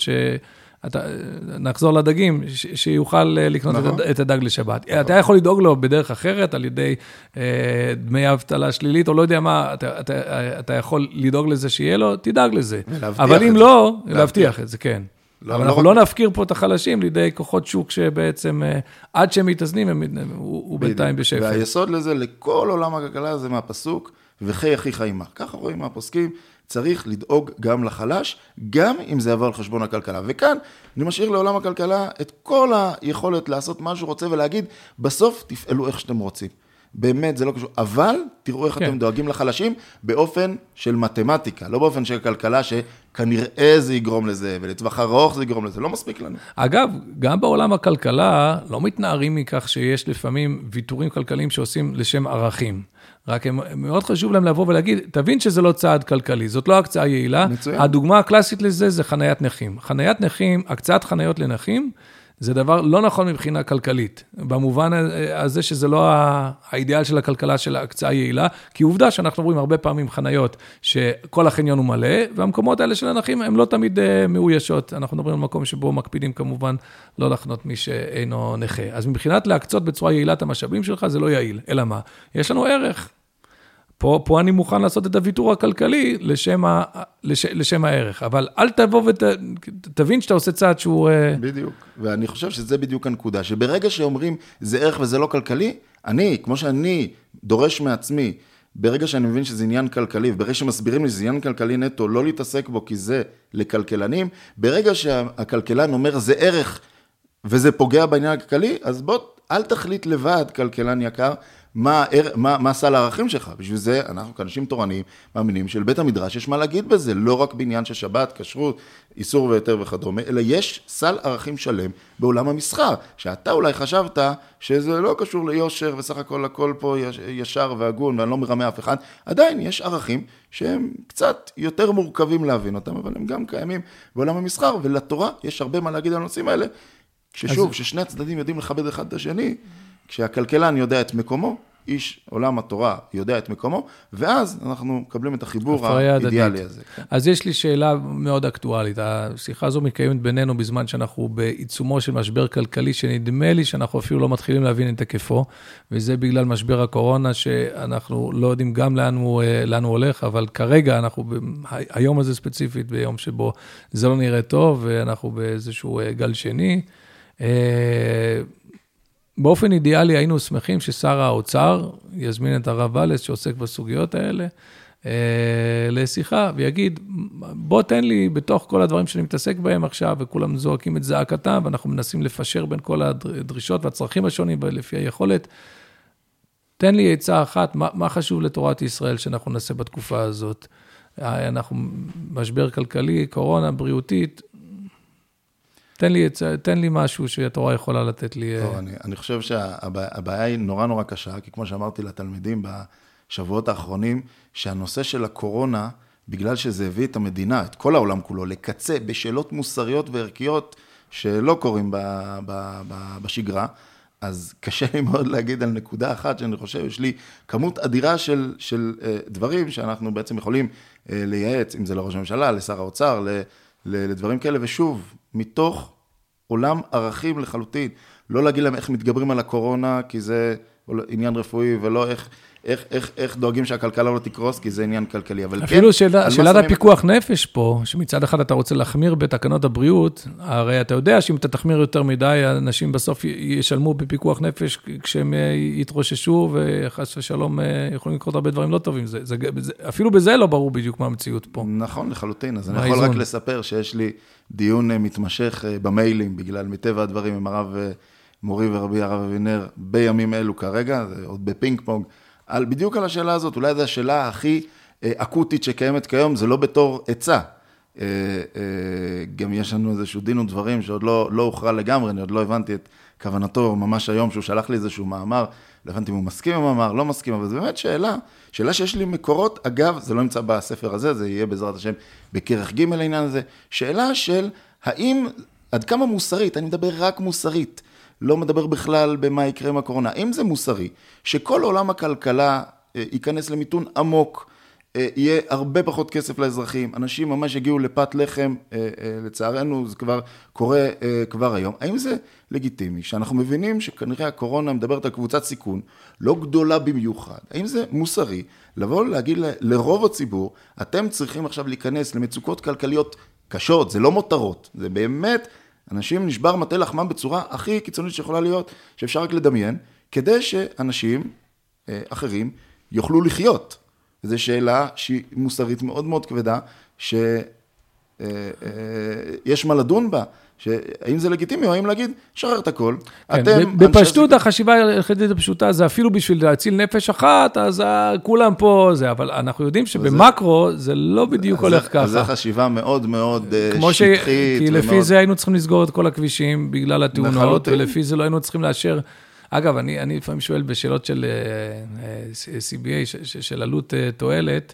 נחזור לדגים, שיוכל לקנות את הדג לשבת. אתה יכול לדאוג לו בדרך אחרת, על ידי דמי אבטלה שלילית, או לא יודע מה, אתה יכול לדאוג לזה שיהיה לו, תדאג לזה. אבל אם לא, להבטיח את זה, כן. אבל אנחנו לא נפקיר פה את החלשים לידי כוחות שוק שבעצם עד שהם מתאזנים, הוא בינתיים בשפל. והיסוד לזה, לכל עולם הכלכלה זה מהפסוק, וחי אחיך עמך. ככה רואים מהפוסקים, צריך לדאוג גם לחלש, גם אם זה יבוא על חשבון הכלכלה. וכאן אני משאיר לעולם הכלכלה את כל היכולת לעשות מה שהוא רוצה ולהגיד, בסוף תפעלו איך שאתם רוצים. באמת זה לא קשור, אבל תראו איך אתם דואגים לחלשים באופן של מתמטיקה, לא באופן של כלכלה שכנראה זה יגרום לזה, ולטווח ארוך זה יגרום לזה, לא מספיק לנו. אגב, גם בעולם הכלכלה לא מתנערים מכך שיש לפעמים ויתורים כלכליים שעושים לשם ערכים. רק מאוד חשוב להם לבוא ולהגיד, תבין שזה לא צעד כלכלי, זאת לא הקצאה יעילה. מצוין. הדוגמה הקלאסית לזה זה חניית נכים. חניית נכים, הקצאת חניות לנכים, זה דבר לא נכון מבחינה כלכלית, במובן הזה שזה לא האידיאל של הכלכלה של ההקצאה יעילה, כי עובדה שאנחנו רואים הרבה פעמים חניות שכל החניון הוא מלא, והמקומות האלה של הנכים הם לא תמיד מאוישות. אנחנו מדברים על מקום שבו מקפידים כמובן לא לחנות מי שאינו נכה. אז מבחינת להקצות בצורה יעילה את המשאבים שלך, זה לא יעיל. אלא מה? יש לנו ערך. פה אני מוכן לעשות את הוויתור הכלכלי לשם הערך, אבל אל תבוא ותבין שאתה עושה צעד שהוא... בדיוק, ואני חושב שזה בדיוק הנקודה, שברגע שאומרים זה ערך וזה לא כלכלי, אני, כמו שאני דורש מעצמי, ברגע שאני מבין שזה עניין כלכלי, וברגע שמסבירים לי שזה עניין כלכלי נטו, לא להתעסק בו כי זה לכלכלנים, ברגע שהכלכלן אומר זה ערך וזה פוגע בעניין הכלכלי, אז בוא, אל תחליט לבד, כלכלן יקר, מה סל הערכים שלך? בשביל זה אנחנו כאנשים תורניים מאמינים שלבית המדרש יש מה להגיד בזה, לא רק בעניין של שבת, כשרות, איסור ויתר וכדומה, אלא יש סל ערכים שלם בעולם המסחר, שאתה אולי חשבת שזה לא קשור ליושר וסך הכל פה ישר והגון ואני לא מרמה אף אחד, עדיין יש ערכים שהם קצת יותר מורכבים להבין אותם, אבל הם גם קיימים בעולם המסחר, ולתורה יש הרבה מה להגיד על הנושאים האלה, ששוב, ששני הצדדים יודעים לכבד אחד את השני, כשהכלכלן יודע את מקומו, איש עולם התורה יודע את מקומו, ואז אנחנו מקבלים את החיבור האידיאלי הזה. אז יש לי שאלה מאוד אקטואלית. השיחה הזו מתקיימת בינינו בזמן שאנחנו בעיצומו של משבר כלכלי, שנדמה לי שאנחנו אפילו לא מתחילים להבין את היקפו, וזה בגלל משבר הקורונה, שאנחנו לא יודעים גם לאן הוא הולך, אבל כרגע אנחנו, היום הזה ספציפית, ביום שבו זה לא נראה טוב, ואנחנו באיזשהו גל שני, באופן אידיאלי היינו שמחים ששר האוצר יזמין את הרב ולס שעוסק בסוגיות האלה לשיחה ויגיד, בוא תן לי בתוך כל הדברים שאני מתעסק בהם עכשיו וכולם זועקים את זעקתם ואנחנו מנסים לפשר בין כל הדרישות והצרכים השונים לפי היכולת, תן לי עצה אחת, מה חשוב לתורת ישראל שאנחנו נעשה בתקופה הזאת? אנחנו משבר כלכלי, קורונה, בריאותית, תן לי משהו שהתורה יכולה לתת לי. אני חושב שהבעיה היא נורא קשה, כי כמו שאמרתי לתלמידים בשבועות האחרונים, שהנושא של הקורונה, בגלל שזה הביא את המדינה, את כל העולם כולו, לקצה בשאלות מוסריות וערכיות שלא קורים בשגרה, אז קשה לי מאוד להגיד על נקודה אחת, שאני חושב, יש לי כמות אדירה של דברים שאנחנו בעצם יכולים לייעץ, אם זה לראש הממשלה, לשר האוצר, לדברים כאלה, ושוב, מתוך עולם ערכים לחלוטין, לא להגיד להם איך מתגברים על הקורונה, כי זה עניין רפואי, ולא איך דואגים שהכלכלה לא תקרוס, כי זה עניין כלכלי. אבל אפילו כן, שאלת הפיקוח נפש פה, שמצד אחד אתה רוצה להחמיר בתקנות הבריאות, הרי אתה יודע שאם אתה תחמיר יותר מדי, אנשים בסוף ישלמו בפיקוח נפש, כשהם יתרוששו, וחס ושלום יכולים לקרות הרבה דברים לא טובים. אפילו בזה לא ברור בדיוק מה המציאות פה. נכון, לחלוטין. אז אני יכול רק לספר שיש לי דיון מתמשך במיילים, בגלל מטבע הדברים עם הרב מורי ורבי הרב אבינר, בימים אלו כרגע, עוד בפינג פונג, בדיוק על השאלה הזאת, אולי זו השאלה הכי אקוטית שקיימת כיום, זה לא בתור עצה. גם יש לנו איזשהו דין ודברים שעוד לא הוכרע לגמרי, אני עוד לא הבנתי את כוונתו ממש היום, שהוא שלח לי איזשהו מאמר, לא הבנתי אם הוא מסכים עם המאמר, לא מסכים, אבל זו באמת שאלה שיש לי מקורות, אגב, זה לא נמצא בספר הזה, זה יהיה בעזרת השם בכרך ג' העניין הזה, שאלה של האם, עד כמה מוסרית, אני מדבר רק מוסרית, לא מדבר בכלל במה יקרה עם הקורונה, האם זה מוסרי, שכל עולם הכלכלה ייכנס למיתון עמוק, יהיה הרבה פחות כסף לאזרחים, אנשים ממש יגיעו לפת לחם, לצערנו זה כבר קורה כבר היום. האם זה לגיטימי? שאנחנו מבינים שכנראה הקורונה מדברת על קבוצת סיכון, לא גדולה במיוחד. האם זה מוסרי? לבוא להגיד לרוב הציבור, אתם צריכים עכשיו להיכנס למצוקות כלכליות קשות, זה לא מותרות, זה באמת, אנשים נשבר מטה לחמם בצורה הכי קיצונית שיכולה להיות, שאפשר רק לדמיין, כדי שאנשים אחרים יוכלו לחיות. זו שאלה שהיא מוסרית מאוד מאוד כבדה, שיש מה לדון בה, האם זה לגיטימי או האם להגיד, שחרר את הכל. בפשטות החשיבה היחידית הפשוטה, זה אפילו בשביל להציל נפש אחת, אז כולם פה זה, אבל אנחנו יודעים שבמקרו זה לא בדיוק הולך ככה. אז זו חשיבה מאוד מאוד שטחית. כי לפי זה היינו צריכים לסגור את כל הכבישים בגלל התאונות, ולפי זה לא היינו צריכים לאשר. אגב, אני לפעמים שואל בשאלות של CBA, של עלות תועלת,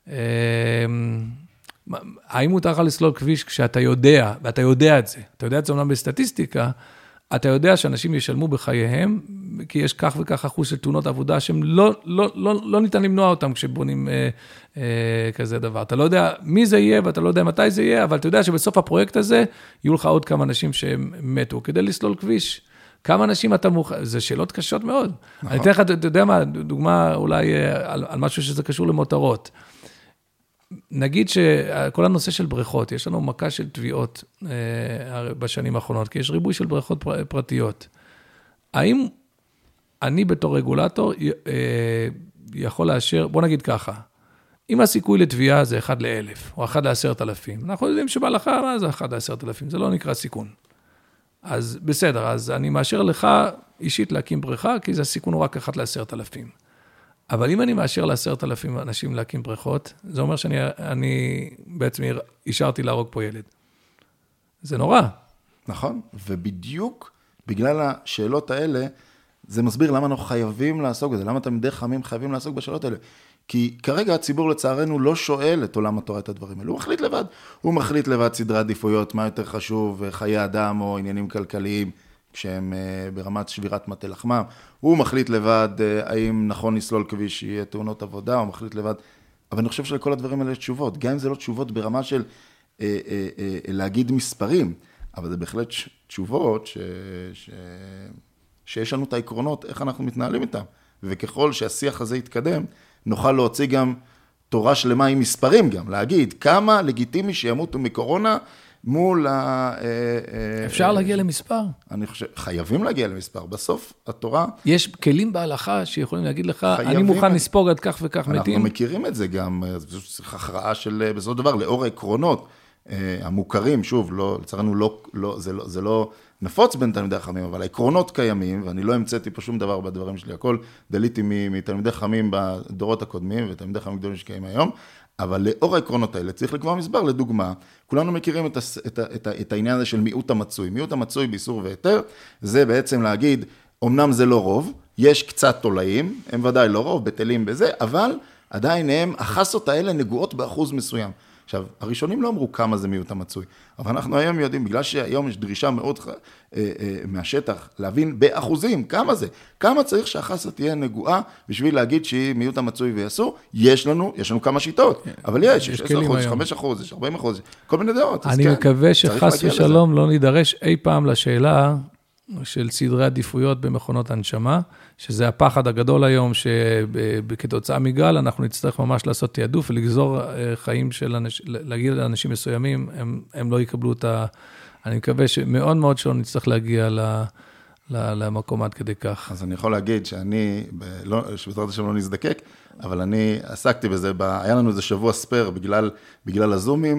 האם מותר לך לסלול כביש כשאתה יודע, ואתה יודע את זה, אתה יודע את זה אומנם בסטטיסטיקה, אתה יודע שאנשים ישלמו בחייהם, כי יש כך וכך אחוז של תאונות עבודה, שהם לא ניתן למנוע אותם כשבונים כזה דבר. אתה לא יודע מי זה יהיה, ואתה לא יודע מתי זה יהיה, אבל אתה יודע שבסוף הפרויקט הזה, יהיו לך עוד כמה אנשים שהם מתו, כדי לסלול כביש. כמה אנשים אתה מוכן, זה שאלות קשות מאוד. אני אתן לך, אתה יודע מה, דוגמה אולי על משהו שזה קשור למותרות. נגיד שכל הנושא של בריכות, יש לנו מכה של תביעות בשנים האחרונות, כי יש ריבוי של בריכות פרטיות. האם אני בתור רגולטור יכול לאשר, בוא נגיד ככה, אם הסיכוי לתביעה זה 1 ל-1,000, או 1 ל-10,000, אנחנו יודעים שבהלכה, מה זה 1 ל-10,000? זה לא נקרא סיכון. אז בסדר, אז אני מאשר לך אישית להקים בריכה, כי זה הסיכון הוא רק 1 ל-10,000. אבל אם אני מאשר ל10,000 אנשים להקים בריכות, זה אומר שאני בעצם השארתי להרוג פה ילד. זה נורא. נכון, ובדיוק בגלל השאלות האלה, זה מסביר למה אנחנו חייבים לעסוק בזה, למה תלמידי חכמים חייבים לעסוק בשאלות האלה. כי כרגע הציבור לצערנו לא שואל את עולם התורה את הדברים האלה, הוא מחליט לבד. הוא מחליט לבד סדרי עדיפויות, מה יותר חשוב, חיי אדם או עניינים כלכליים, כשהם ברמת שבירת מטה לחמם. הוא מחליט לבד האם נכון לסלול כביש שיהיה תאונות עבודה, הוא מחליט לבד. אבל אני חושב שלכל הדברים האלה יש תשובות, גם אם זה לא תשובות ברמה של להגיד מספרים, אבל זה בהחלט תשובות שיש לנו את העקרונות, איך אנחנו מתנהלים איתם. וככל שהשיח הזה יתקדם, נוכל להוציא גם תורה שלמה עם מספרים גם, להגיד כמה לגיטימי שימותו מקורונה מול אפשר להגיע למספר? אני חושב, חייבים להגיע למספר. בסוף התורה... יש כלים בהלכה שיכולים להגיד לך, אני מוכן לספוג עד כך וכך מתים. אנחנו מכירים את זה גם, זו הכרעה של, בסופו של דבר, לאור העקרונות המוכרים, שוב, לצערנו זה לא נפוץ בין תלמידי חכמים, אבל העקרונות קיימים, ואני לא המצאתי פה שום דבר בדברים שלי, הכל דליתי מתלמידי חכמים בדורות הקודמים, ותלמידי חכמים גדולים שקיים היום, אבל לאור העקרונות האלה צריך לקבוע מסבר, לדוגמה, כולנו מכירים את העניין הזה של מיעוט המצוי. מיעוט המצוי באיסור והיתר, זה בעצם להגיד, אמנם זה לא רוב, יש קצת תולעים, הם ודאי לא רוב, בטלים בזה, אבל עדיין הם, החסות האלה נגועות באחוז מסוים. עכשיו, הראשונים לא אמרו כמה זה מיעוט המצוי, אבל אנחנו היום יודעים, בגלל שהיום יש דרישה מאוד מהשטח, להבין באחוזים כמה זה, כמה צריך שהחסה תהיה נגועה, בשביל להגיד שהיא מיעוט המצוי ויעשו, יש לנו כמה שיטות, אבל יש 10%, 5%, יש 40%, כל מיני דעות. אני מקווה שחס ושלום לא נידרש אי פעם לשאלה של סדרי עדיפויות במכונות הנשמה, שזה הפחד הגדול היום, שבכתוצאה מגל אנחנו נצטרך ממש לעשות תיעדוף, ולגזור חיים של להגיע לאנשים מסוימים, הם לא יקבלו את אני מקווה שמאוד מאוד שלא נצטרך להגיע למקום עד כדי כך. אז אני יכול להגיד שאני, שבעזרת השם לא נזדקק, אבל אני עסקתי בזה, היה לנו איזה שבוע ספר בגלל הזומים,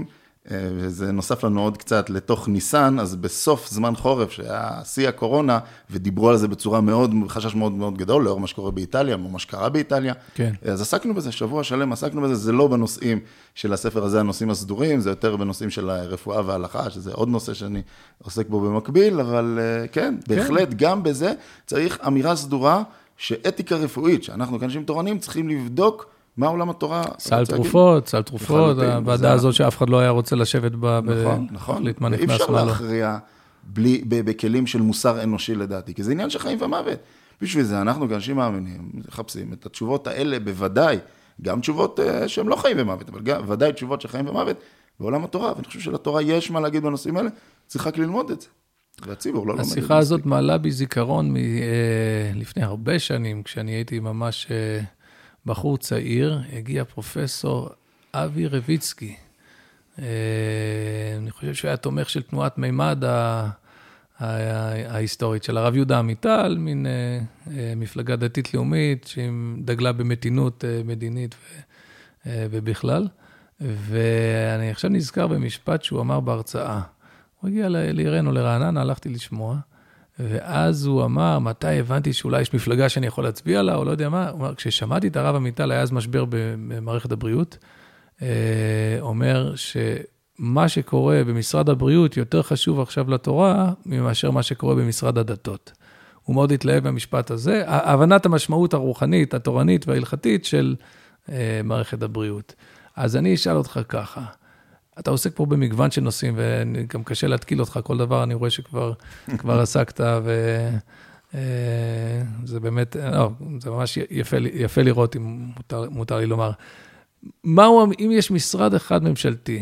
וזה נוסף לנו עוד קצת לתוך ניסן, אז בסוף זמן חורף, שהיה שיא הקורונה, ודיברו על זה בצורה מאוד, חשש מאוד מאוד גדול, לאור מה שקורה באיטליה, או מה שקרה באיטליה, כן. אז עסקנו בזה, שבוע שלם עסקנו בזה, זה לא בנושאים של הספר הזה, הנושאים הסדורים, זה יותר בנושאים של הרפואה וההלכה, שזה עוד נושא שאני עוסק בו במקביל, אבל כן, בהחלט גם בזה צריך אמירה סדורה, שאתיקה רפואית, שאנחנו כאנשים תורנים צריכים לבדוק מה עולם התורה. סל תרופות, הוועדה הזאת שאף אחד לא היה רוצה לשבת בה, נכון, להתמה ואי נכנס אפשר מה לא. להכריע בכלים של מוסר אנושי לדעתי, כי זה עניין של חיים ומוות. בשביל זה אנחנו כאנשים מאמינים, מחפשים את התשובות האלה בוודאי, גם תשובות שהן לא חיים ומוות, אבל גם ודאי תשובות של חיים ומוות בעולם התורה, ואני חושב שלתורה יש מה להגיד בנושאים האלה, צריך רק ללמוד את זה. והציבור לא לומד. השיחה הזאת מעלה בי זיכרון לפני הרבה שנים, כשאני הייתי ממש בחור צעיר, הגיע פרופסור אבי רביצקי. אני חושב שהוא היה תומך של תנועת מימד ההיסטורית של הרב יהודה עמיטל, מין מפלגה דתית לאומית, שהיא דגלה במתינות מדינית ובכלל. ואני עכשיו נזכר במשפט שהוא אמר בהרצאה. הוא הגיע לעירנו, לרעננה, הלכתי לשמוע, ואז הוא אמר, מתי הבנתי שאולי יש מפלגה שאני יכול להצביע לה, או לא יודע מה, הוא אמר, כששמעתי את הרב עמיטל, היה אז משבר במערכת הבריאות, אומר שמה שקורה במשרד הבריאות יותר חשוב עכשיו לתורה, מאשר מה שקורה במשרד הדתות. הוא מאוד התלהב במשפט הזה, הבנת המשמעות הרוחנית, התורנית וההלכתית של מערכת הבריאות. אז אני אשאל אותך ככה, אתה עוסק פה במגוון של נושאים, וגם קשה להתקיל אותך, כל דבר אני רואה שכבר עסקת, וזה באמת, לא, זה ממש יפה לראות, אם מותר לי לומר. אם יש משרד אחד ממשלתי,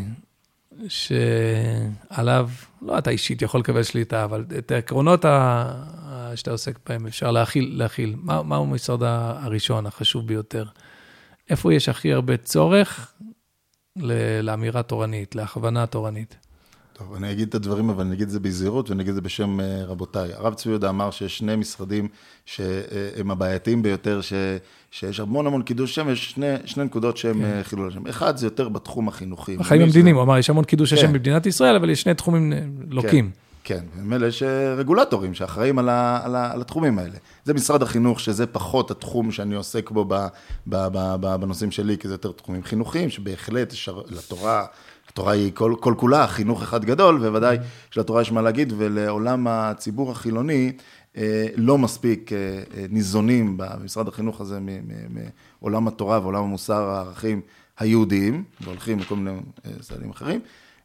שעליו, לא אתה אישית יכול לקבל שליטה, אבל את העקרונות שאתה עוסק בהם, אפשר להכיל. מהו המשרד הראשון, החשוב ביותר? איפה יש הכי הרבה צורך לאמירה תורנית, להכוונה תורנית? טוב, אני אגיד את הדברים, אבל אני אגיד את זה בזהירות, ואני אגיד את זה בשם רבותיי. הרב צבי יהודה אמר שיש שני משרדים שהם הבעייתיים ביותר, שיש המון קידוש שם, יש שני נקודות שהם חילול השם. אחד זה יותר בתחום החינוכי. החיים המדיניים, הוא אמר, יש המון קידוש השם במדינת ישראל, אבל יש שני תחומים לוקים. כן, ומאלה יש רגולטורים שאחראים על התחומים האלה. זה משרד החינוך, שזה פחות התחום שאני עוסק בו בנושאים שלי, כי זה יותר תחומים חינוכיים, שבהחלט התורה היא כל כולה, חינוך אחד גדול, ובוודאי שלתורה יש מה להגיד, ולעולם הציבור החילוני לא מספיק ניזונים במשרד החינוך הזה מעולם התורה ועולם המוסר הערכים היהודיים, והולכים לכל מיני צעדים אחרים.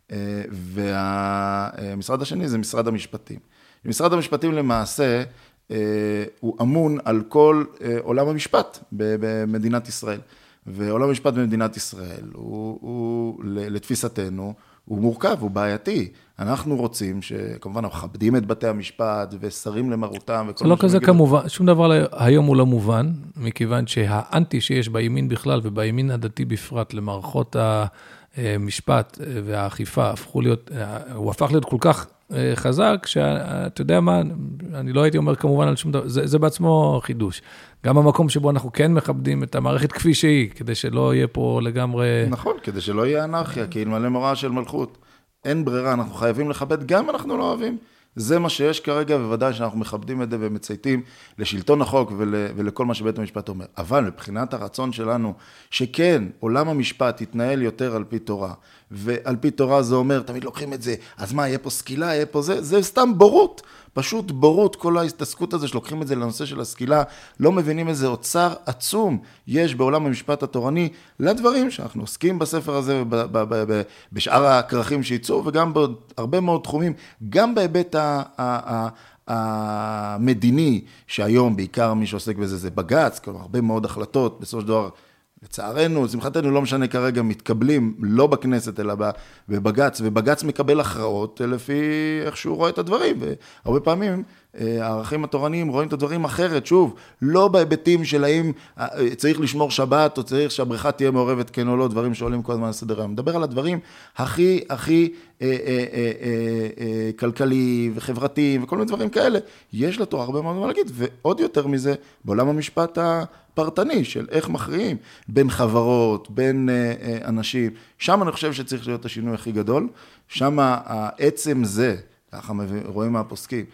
והמשרד השני זה משרד המשפטים. משרד המשפטים למעשה הוא אמון על כל עולם המשפט במדינת ישראל. ועולם המשפט במדינת ישראל הוא לתפיסתנו, הוא מורכב, הוא בעייתי. אנחנו רוצים שכמובן אנחנו מכבדים את בתי המשפט ושרים למרותם. זה לא כזה כמובן, שום דבר היום הוא לא מובן, מכיוון שהאנטי שיש בימין בכלל ובימין הדתי בפרט למערכות המשפט והאכיפה הוא הפך להיות כל כך חזק, שאתה יודע מה, אני לא הייתי אומר כמובן על שום דבר, זה בעצמו חידוש. גם המקום שבו אנחנו כן מכבדים את המערכת כפי שהיא, כדי שלא יהיה פה לגמרי... נכון, כדי שלא יהיה אנרכיה, כי אלמלא מוראה של מלכות. אין ברירה, אנחנו חייבים לכבד, גם אנחנו לא אוהבים. זה מה שיש כרגע, בוודאי שאנחנו מכבדים את זה ומצייתים לשלטון החוק ולכל מה שבית המשפט אומר. אבל מבחינת הרצון שלנו, שכן, עולם המשפט יתנהל יותר על פי תורה, ועל פי תורה זה אומר, תמיד לוקחים את זה, אז מה, יהיה פה סקילה, יהיה פה זה סתם בורות. פשוט בורות, כל ההתעסקות הזה שלוקחים את זה לנושא של הסקילה, לא מבינים איזה אוצר עצום יש בעולם המשפט התורני, לדברים שאנחנו עוסקים בספר הזה, בשאר הכרכים שיצאו, וגם בהרבה מאוד תחומים, גם בהיבט המדיני, שהיום בעיקר מי שעוסק בזה זה בג"ץ, כלומר הרבה מאוד החלטות, בסופו של דבר, לצערנו, שמחתנו לא משנה כרגע, מתקבלים לא בכנסת אלא בבג"ץ, ובג"ץ מקבל הכרעות לפי איך שהוא רואה את הדברים, והרבה פעמים הערכים התורניים רואים את הדברים אחרת, שוב, לא בהיבטים של האם צריך לשמור שבת, או צריך שהבריכה תהיה מעורבת כן או לא, דברים שעולים כל הזמן לסדר היום. מדבר על הדברים הכי כלכליים וחברתיים וכל מיני דברים כאלה. יש לתורה הרבה מאוד מה להגיד, ועוד יותר מזה, בעולם המשפט הפרטני של איך מכריעים בין חברות, בין אנשים. שם אני חושב שצריך להיות השינוי הכי גדול. שם העצם זה, ככה רואים מהפוסקים,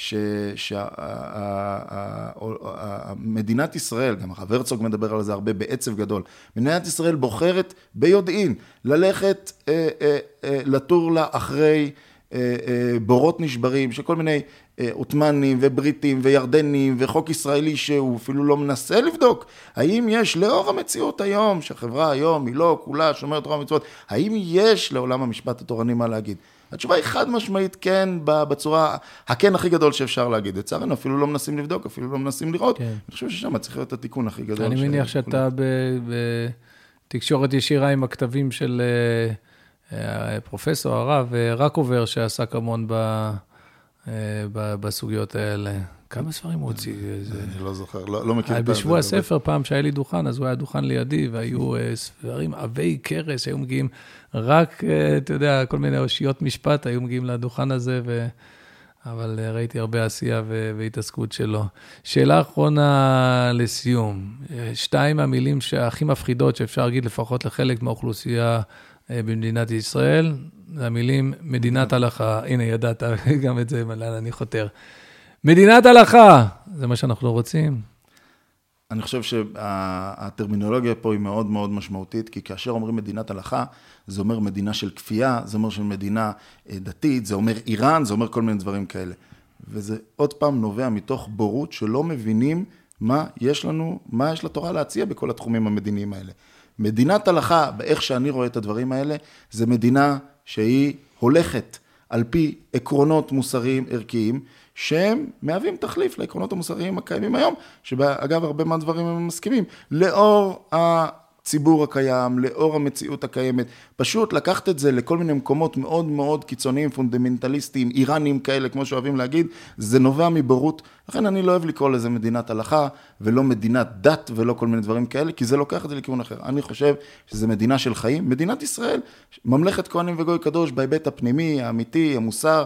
שמדינת ישראל, גם הרב הרצוג מדבר על זה הרבה בעצב גדול, מדינת ישראל בוחרת ביודעין ללכת לטור לה אחרי בורות נשברים, שכל מיני עות'מאנים ובריטים וירדנים וחוק ישראלי שהוא אפילו לא מנסה לבדוק, האם יש לאור המציאות היום, שהחברה היום היא לא כולה שומרת תורה ומצוות, האם יש לעולם המשפט התורני מה להגיד? התשובה היא חד משמעית כן, בצורה הכן הכי גדול שאפשר להגיד. לצערנו, אפילו לא מנסים לבדוק, אפילו לא מנסים לראות. אני חושב ששם צריך להיות התיקון הכי גדול. אני מניח שאתה בתקשורת ישירה עם הכתבים של פרופסור הרב רקובר, שעסק המון בסוגיות האלה. כמה ספרים הוא הוציא? אני לא זוכר, לא מכיר את זה. בשבוע הספר, פעם שהיה לי דוכן, אז הוא היה דוכן לידי, והיו ספרים עבי קרס, שהיו מגיעים רק, אתה יודע, כל מיני אושיות משפט, היו מגיעים לדוכן הזה, אבל ראיתי הרבה עשייה והתעסקות שלו. שאלה אחרונה לסיום. 2 המילים שהכי מפחידות, שאפשר להגיד לפחות לחלק מהאוכלוסייה במדינת ישראל, זה המילים מדינת הלכה. הנה, ידעת גם את זה, לאן אני חותר. מדינת הלכה, זה מה שאנחנו לא רוצים. אני חושב שהטרמינולוגיה פה היא מאוד מאוד משמעותית, כי כאשר אומרים מדינת הלכה, זה אומר מדינה של כפייה, זה אומר של מדינה דתית, זה אומר איראן, זה אומר כל מיני דברים כאלה. וזה עוד פעם נובע מתוך בורות שלא מבינים מה יש לנו, מה יש לתורה להציע בכל התחומים המדיניים האלה. מדינת הלכה, באיך שאני רואה את הדברים האלה, זה מדינה שהיא הולכת על פי עקרונות מוסריים ערכיים, שהם מהווים תחליף לעקרונות המוסריים הקיימים היום, שאגב הרבה מהדברים הם מסכימים, לאור הציבור הקיים, לאור המציאות הקיימת, פשוט לקחת את זה לכל מיני מקומות מאוד מאוד קיצוניים, פונדמנטליסטיים, איראנים כאלה, כמו שאוהבים להגיד, זה נובע מבורות, לכן אני לא אוהב לקרוא לזה מדינת הלכה, ולא מדינת דת, ולא כל מיני דברים כאלה, כי זה לוקח את זה לכיוון אחר. אני חושב שזה מדינה של חיים, מדינת ישראל, ממלכת כהנים וגוי קדוש, בהיבט הפנימי, האמיתי, המוסר,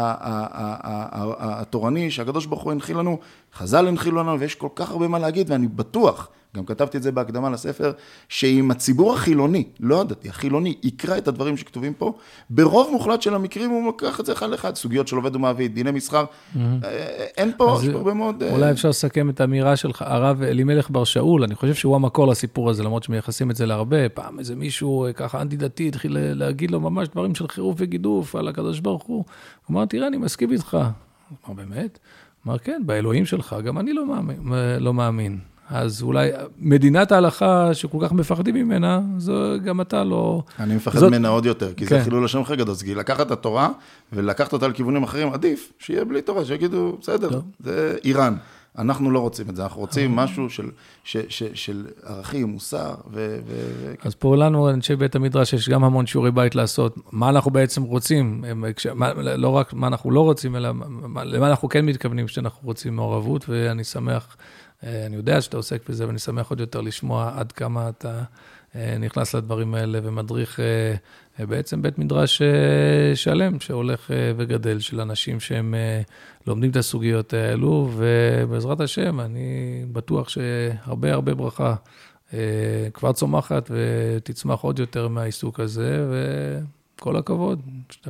התורני, שהקדוש ברוך הוא הנחיל לנו, חז"ל הנחילו לנו, ויש כל כך הרבה מה להגיד, ואני בטוח, גם כתבתי את זה בהקדמה לספר, שאם הציבור החילוני, לא הדתי, החילוני, יקרא את הדברים שכתובים פה, ברוב מוחלט של המקרים הוא לוקח את זה אחד לאחד, סוגיות של עובד ומעביד, דיני מסחר, אין פה, יש פה הרבה מאוד... אולי אפשר לסכם את האמירה שלך, הרב אלימלך בר שאול, אני חושב שהוא המקור לסיפור הזה, למרות שמייחסים את זה להרבה, פעם איזה מישהו ככה אנטי דתי, התחיל להגיד לו ממש דברים של חירוף וגידוף על הקדוש ברוך הוא, הוא אמר, תראה, אני מסכים איתך. הוא אמר, באמת? הוא אמר, כן, באלוהים שלך, גם אני לא מאמין. אז אולי מדינת ההלכה שכל כך מפחדים ממנה, זו גם אתה לא... אני מפחד ממנה עוד יותר, כי זה חילול השם הכי גדול. כי לקחת את התורה ולקחת אותה לכיוונים אחרים, עדיף שיהיה בלי תורה, שיגידו, בסדר, זה איראן. אנחנו לא רוצים את זה, אנחנו רוצים משהו של ערכים, מוסר אז פה לנו, אנשי בית המדרש, יש גם המון שיעורי בית לעשות. מה אנחנו בעצם רוצים? לא רק מה אנחנו לא רוצים, אלא למה אנחנו כן מתכוונים שאנחנו רוצים מעורבות, ואני שמח... אני יודע שאתה עוסק בזה, ואני שמח עוד יותר לשמוע עד כמה אתה נכנס לדברים האלה, ומדריך בעצם בית מדרש שלם, שהולך וגדל, של אנשים שהם לומדים את הסוגיות האלו, ובעזרת השם, אני בטוח שהרבה הרבה ברכה כבר צומחת, ותצמח עוד יותר מהעיסוק הזה, וכל הכבוד,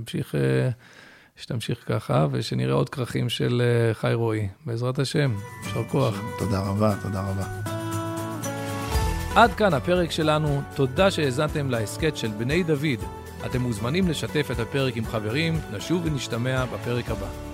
שתמשיך ככה, ושנראה עוד כרכים של חי רועי. בעזרת השם, יישר כוח. תודה רבה, תודה רבה. עד כאן הפרק שלנו. תודה שהאזנתם להסכת של בני דוד. אתם מוזמנים לשתף את הפרק עם חברים. נשוב ונשתמע בפרק הבא.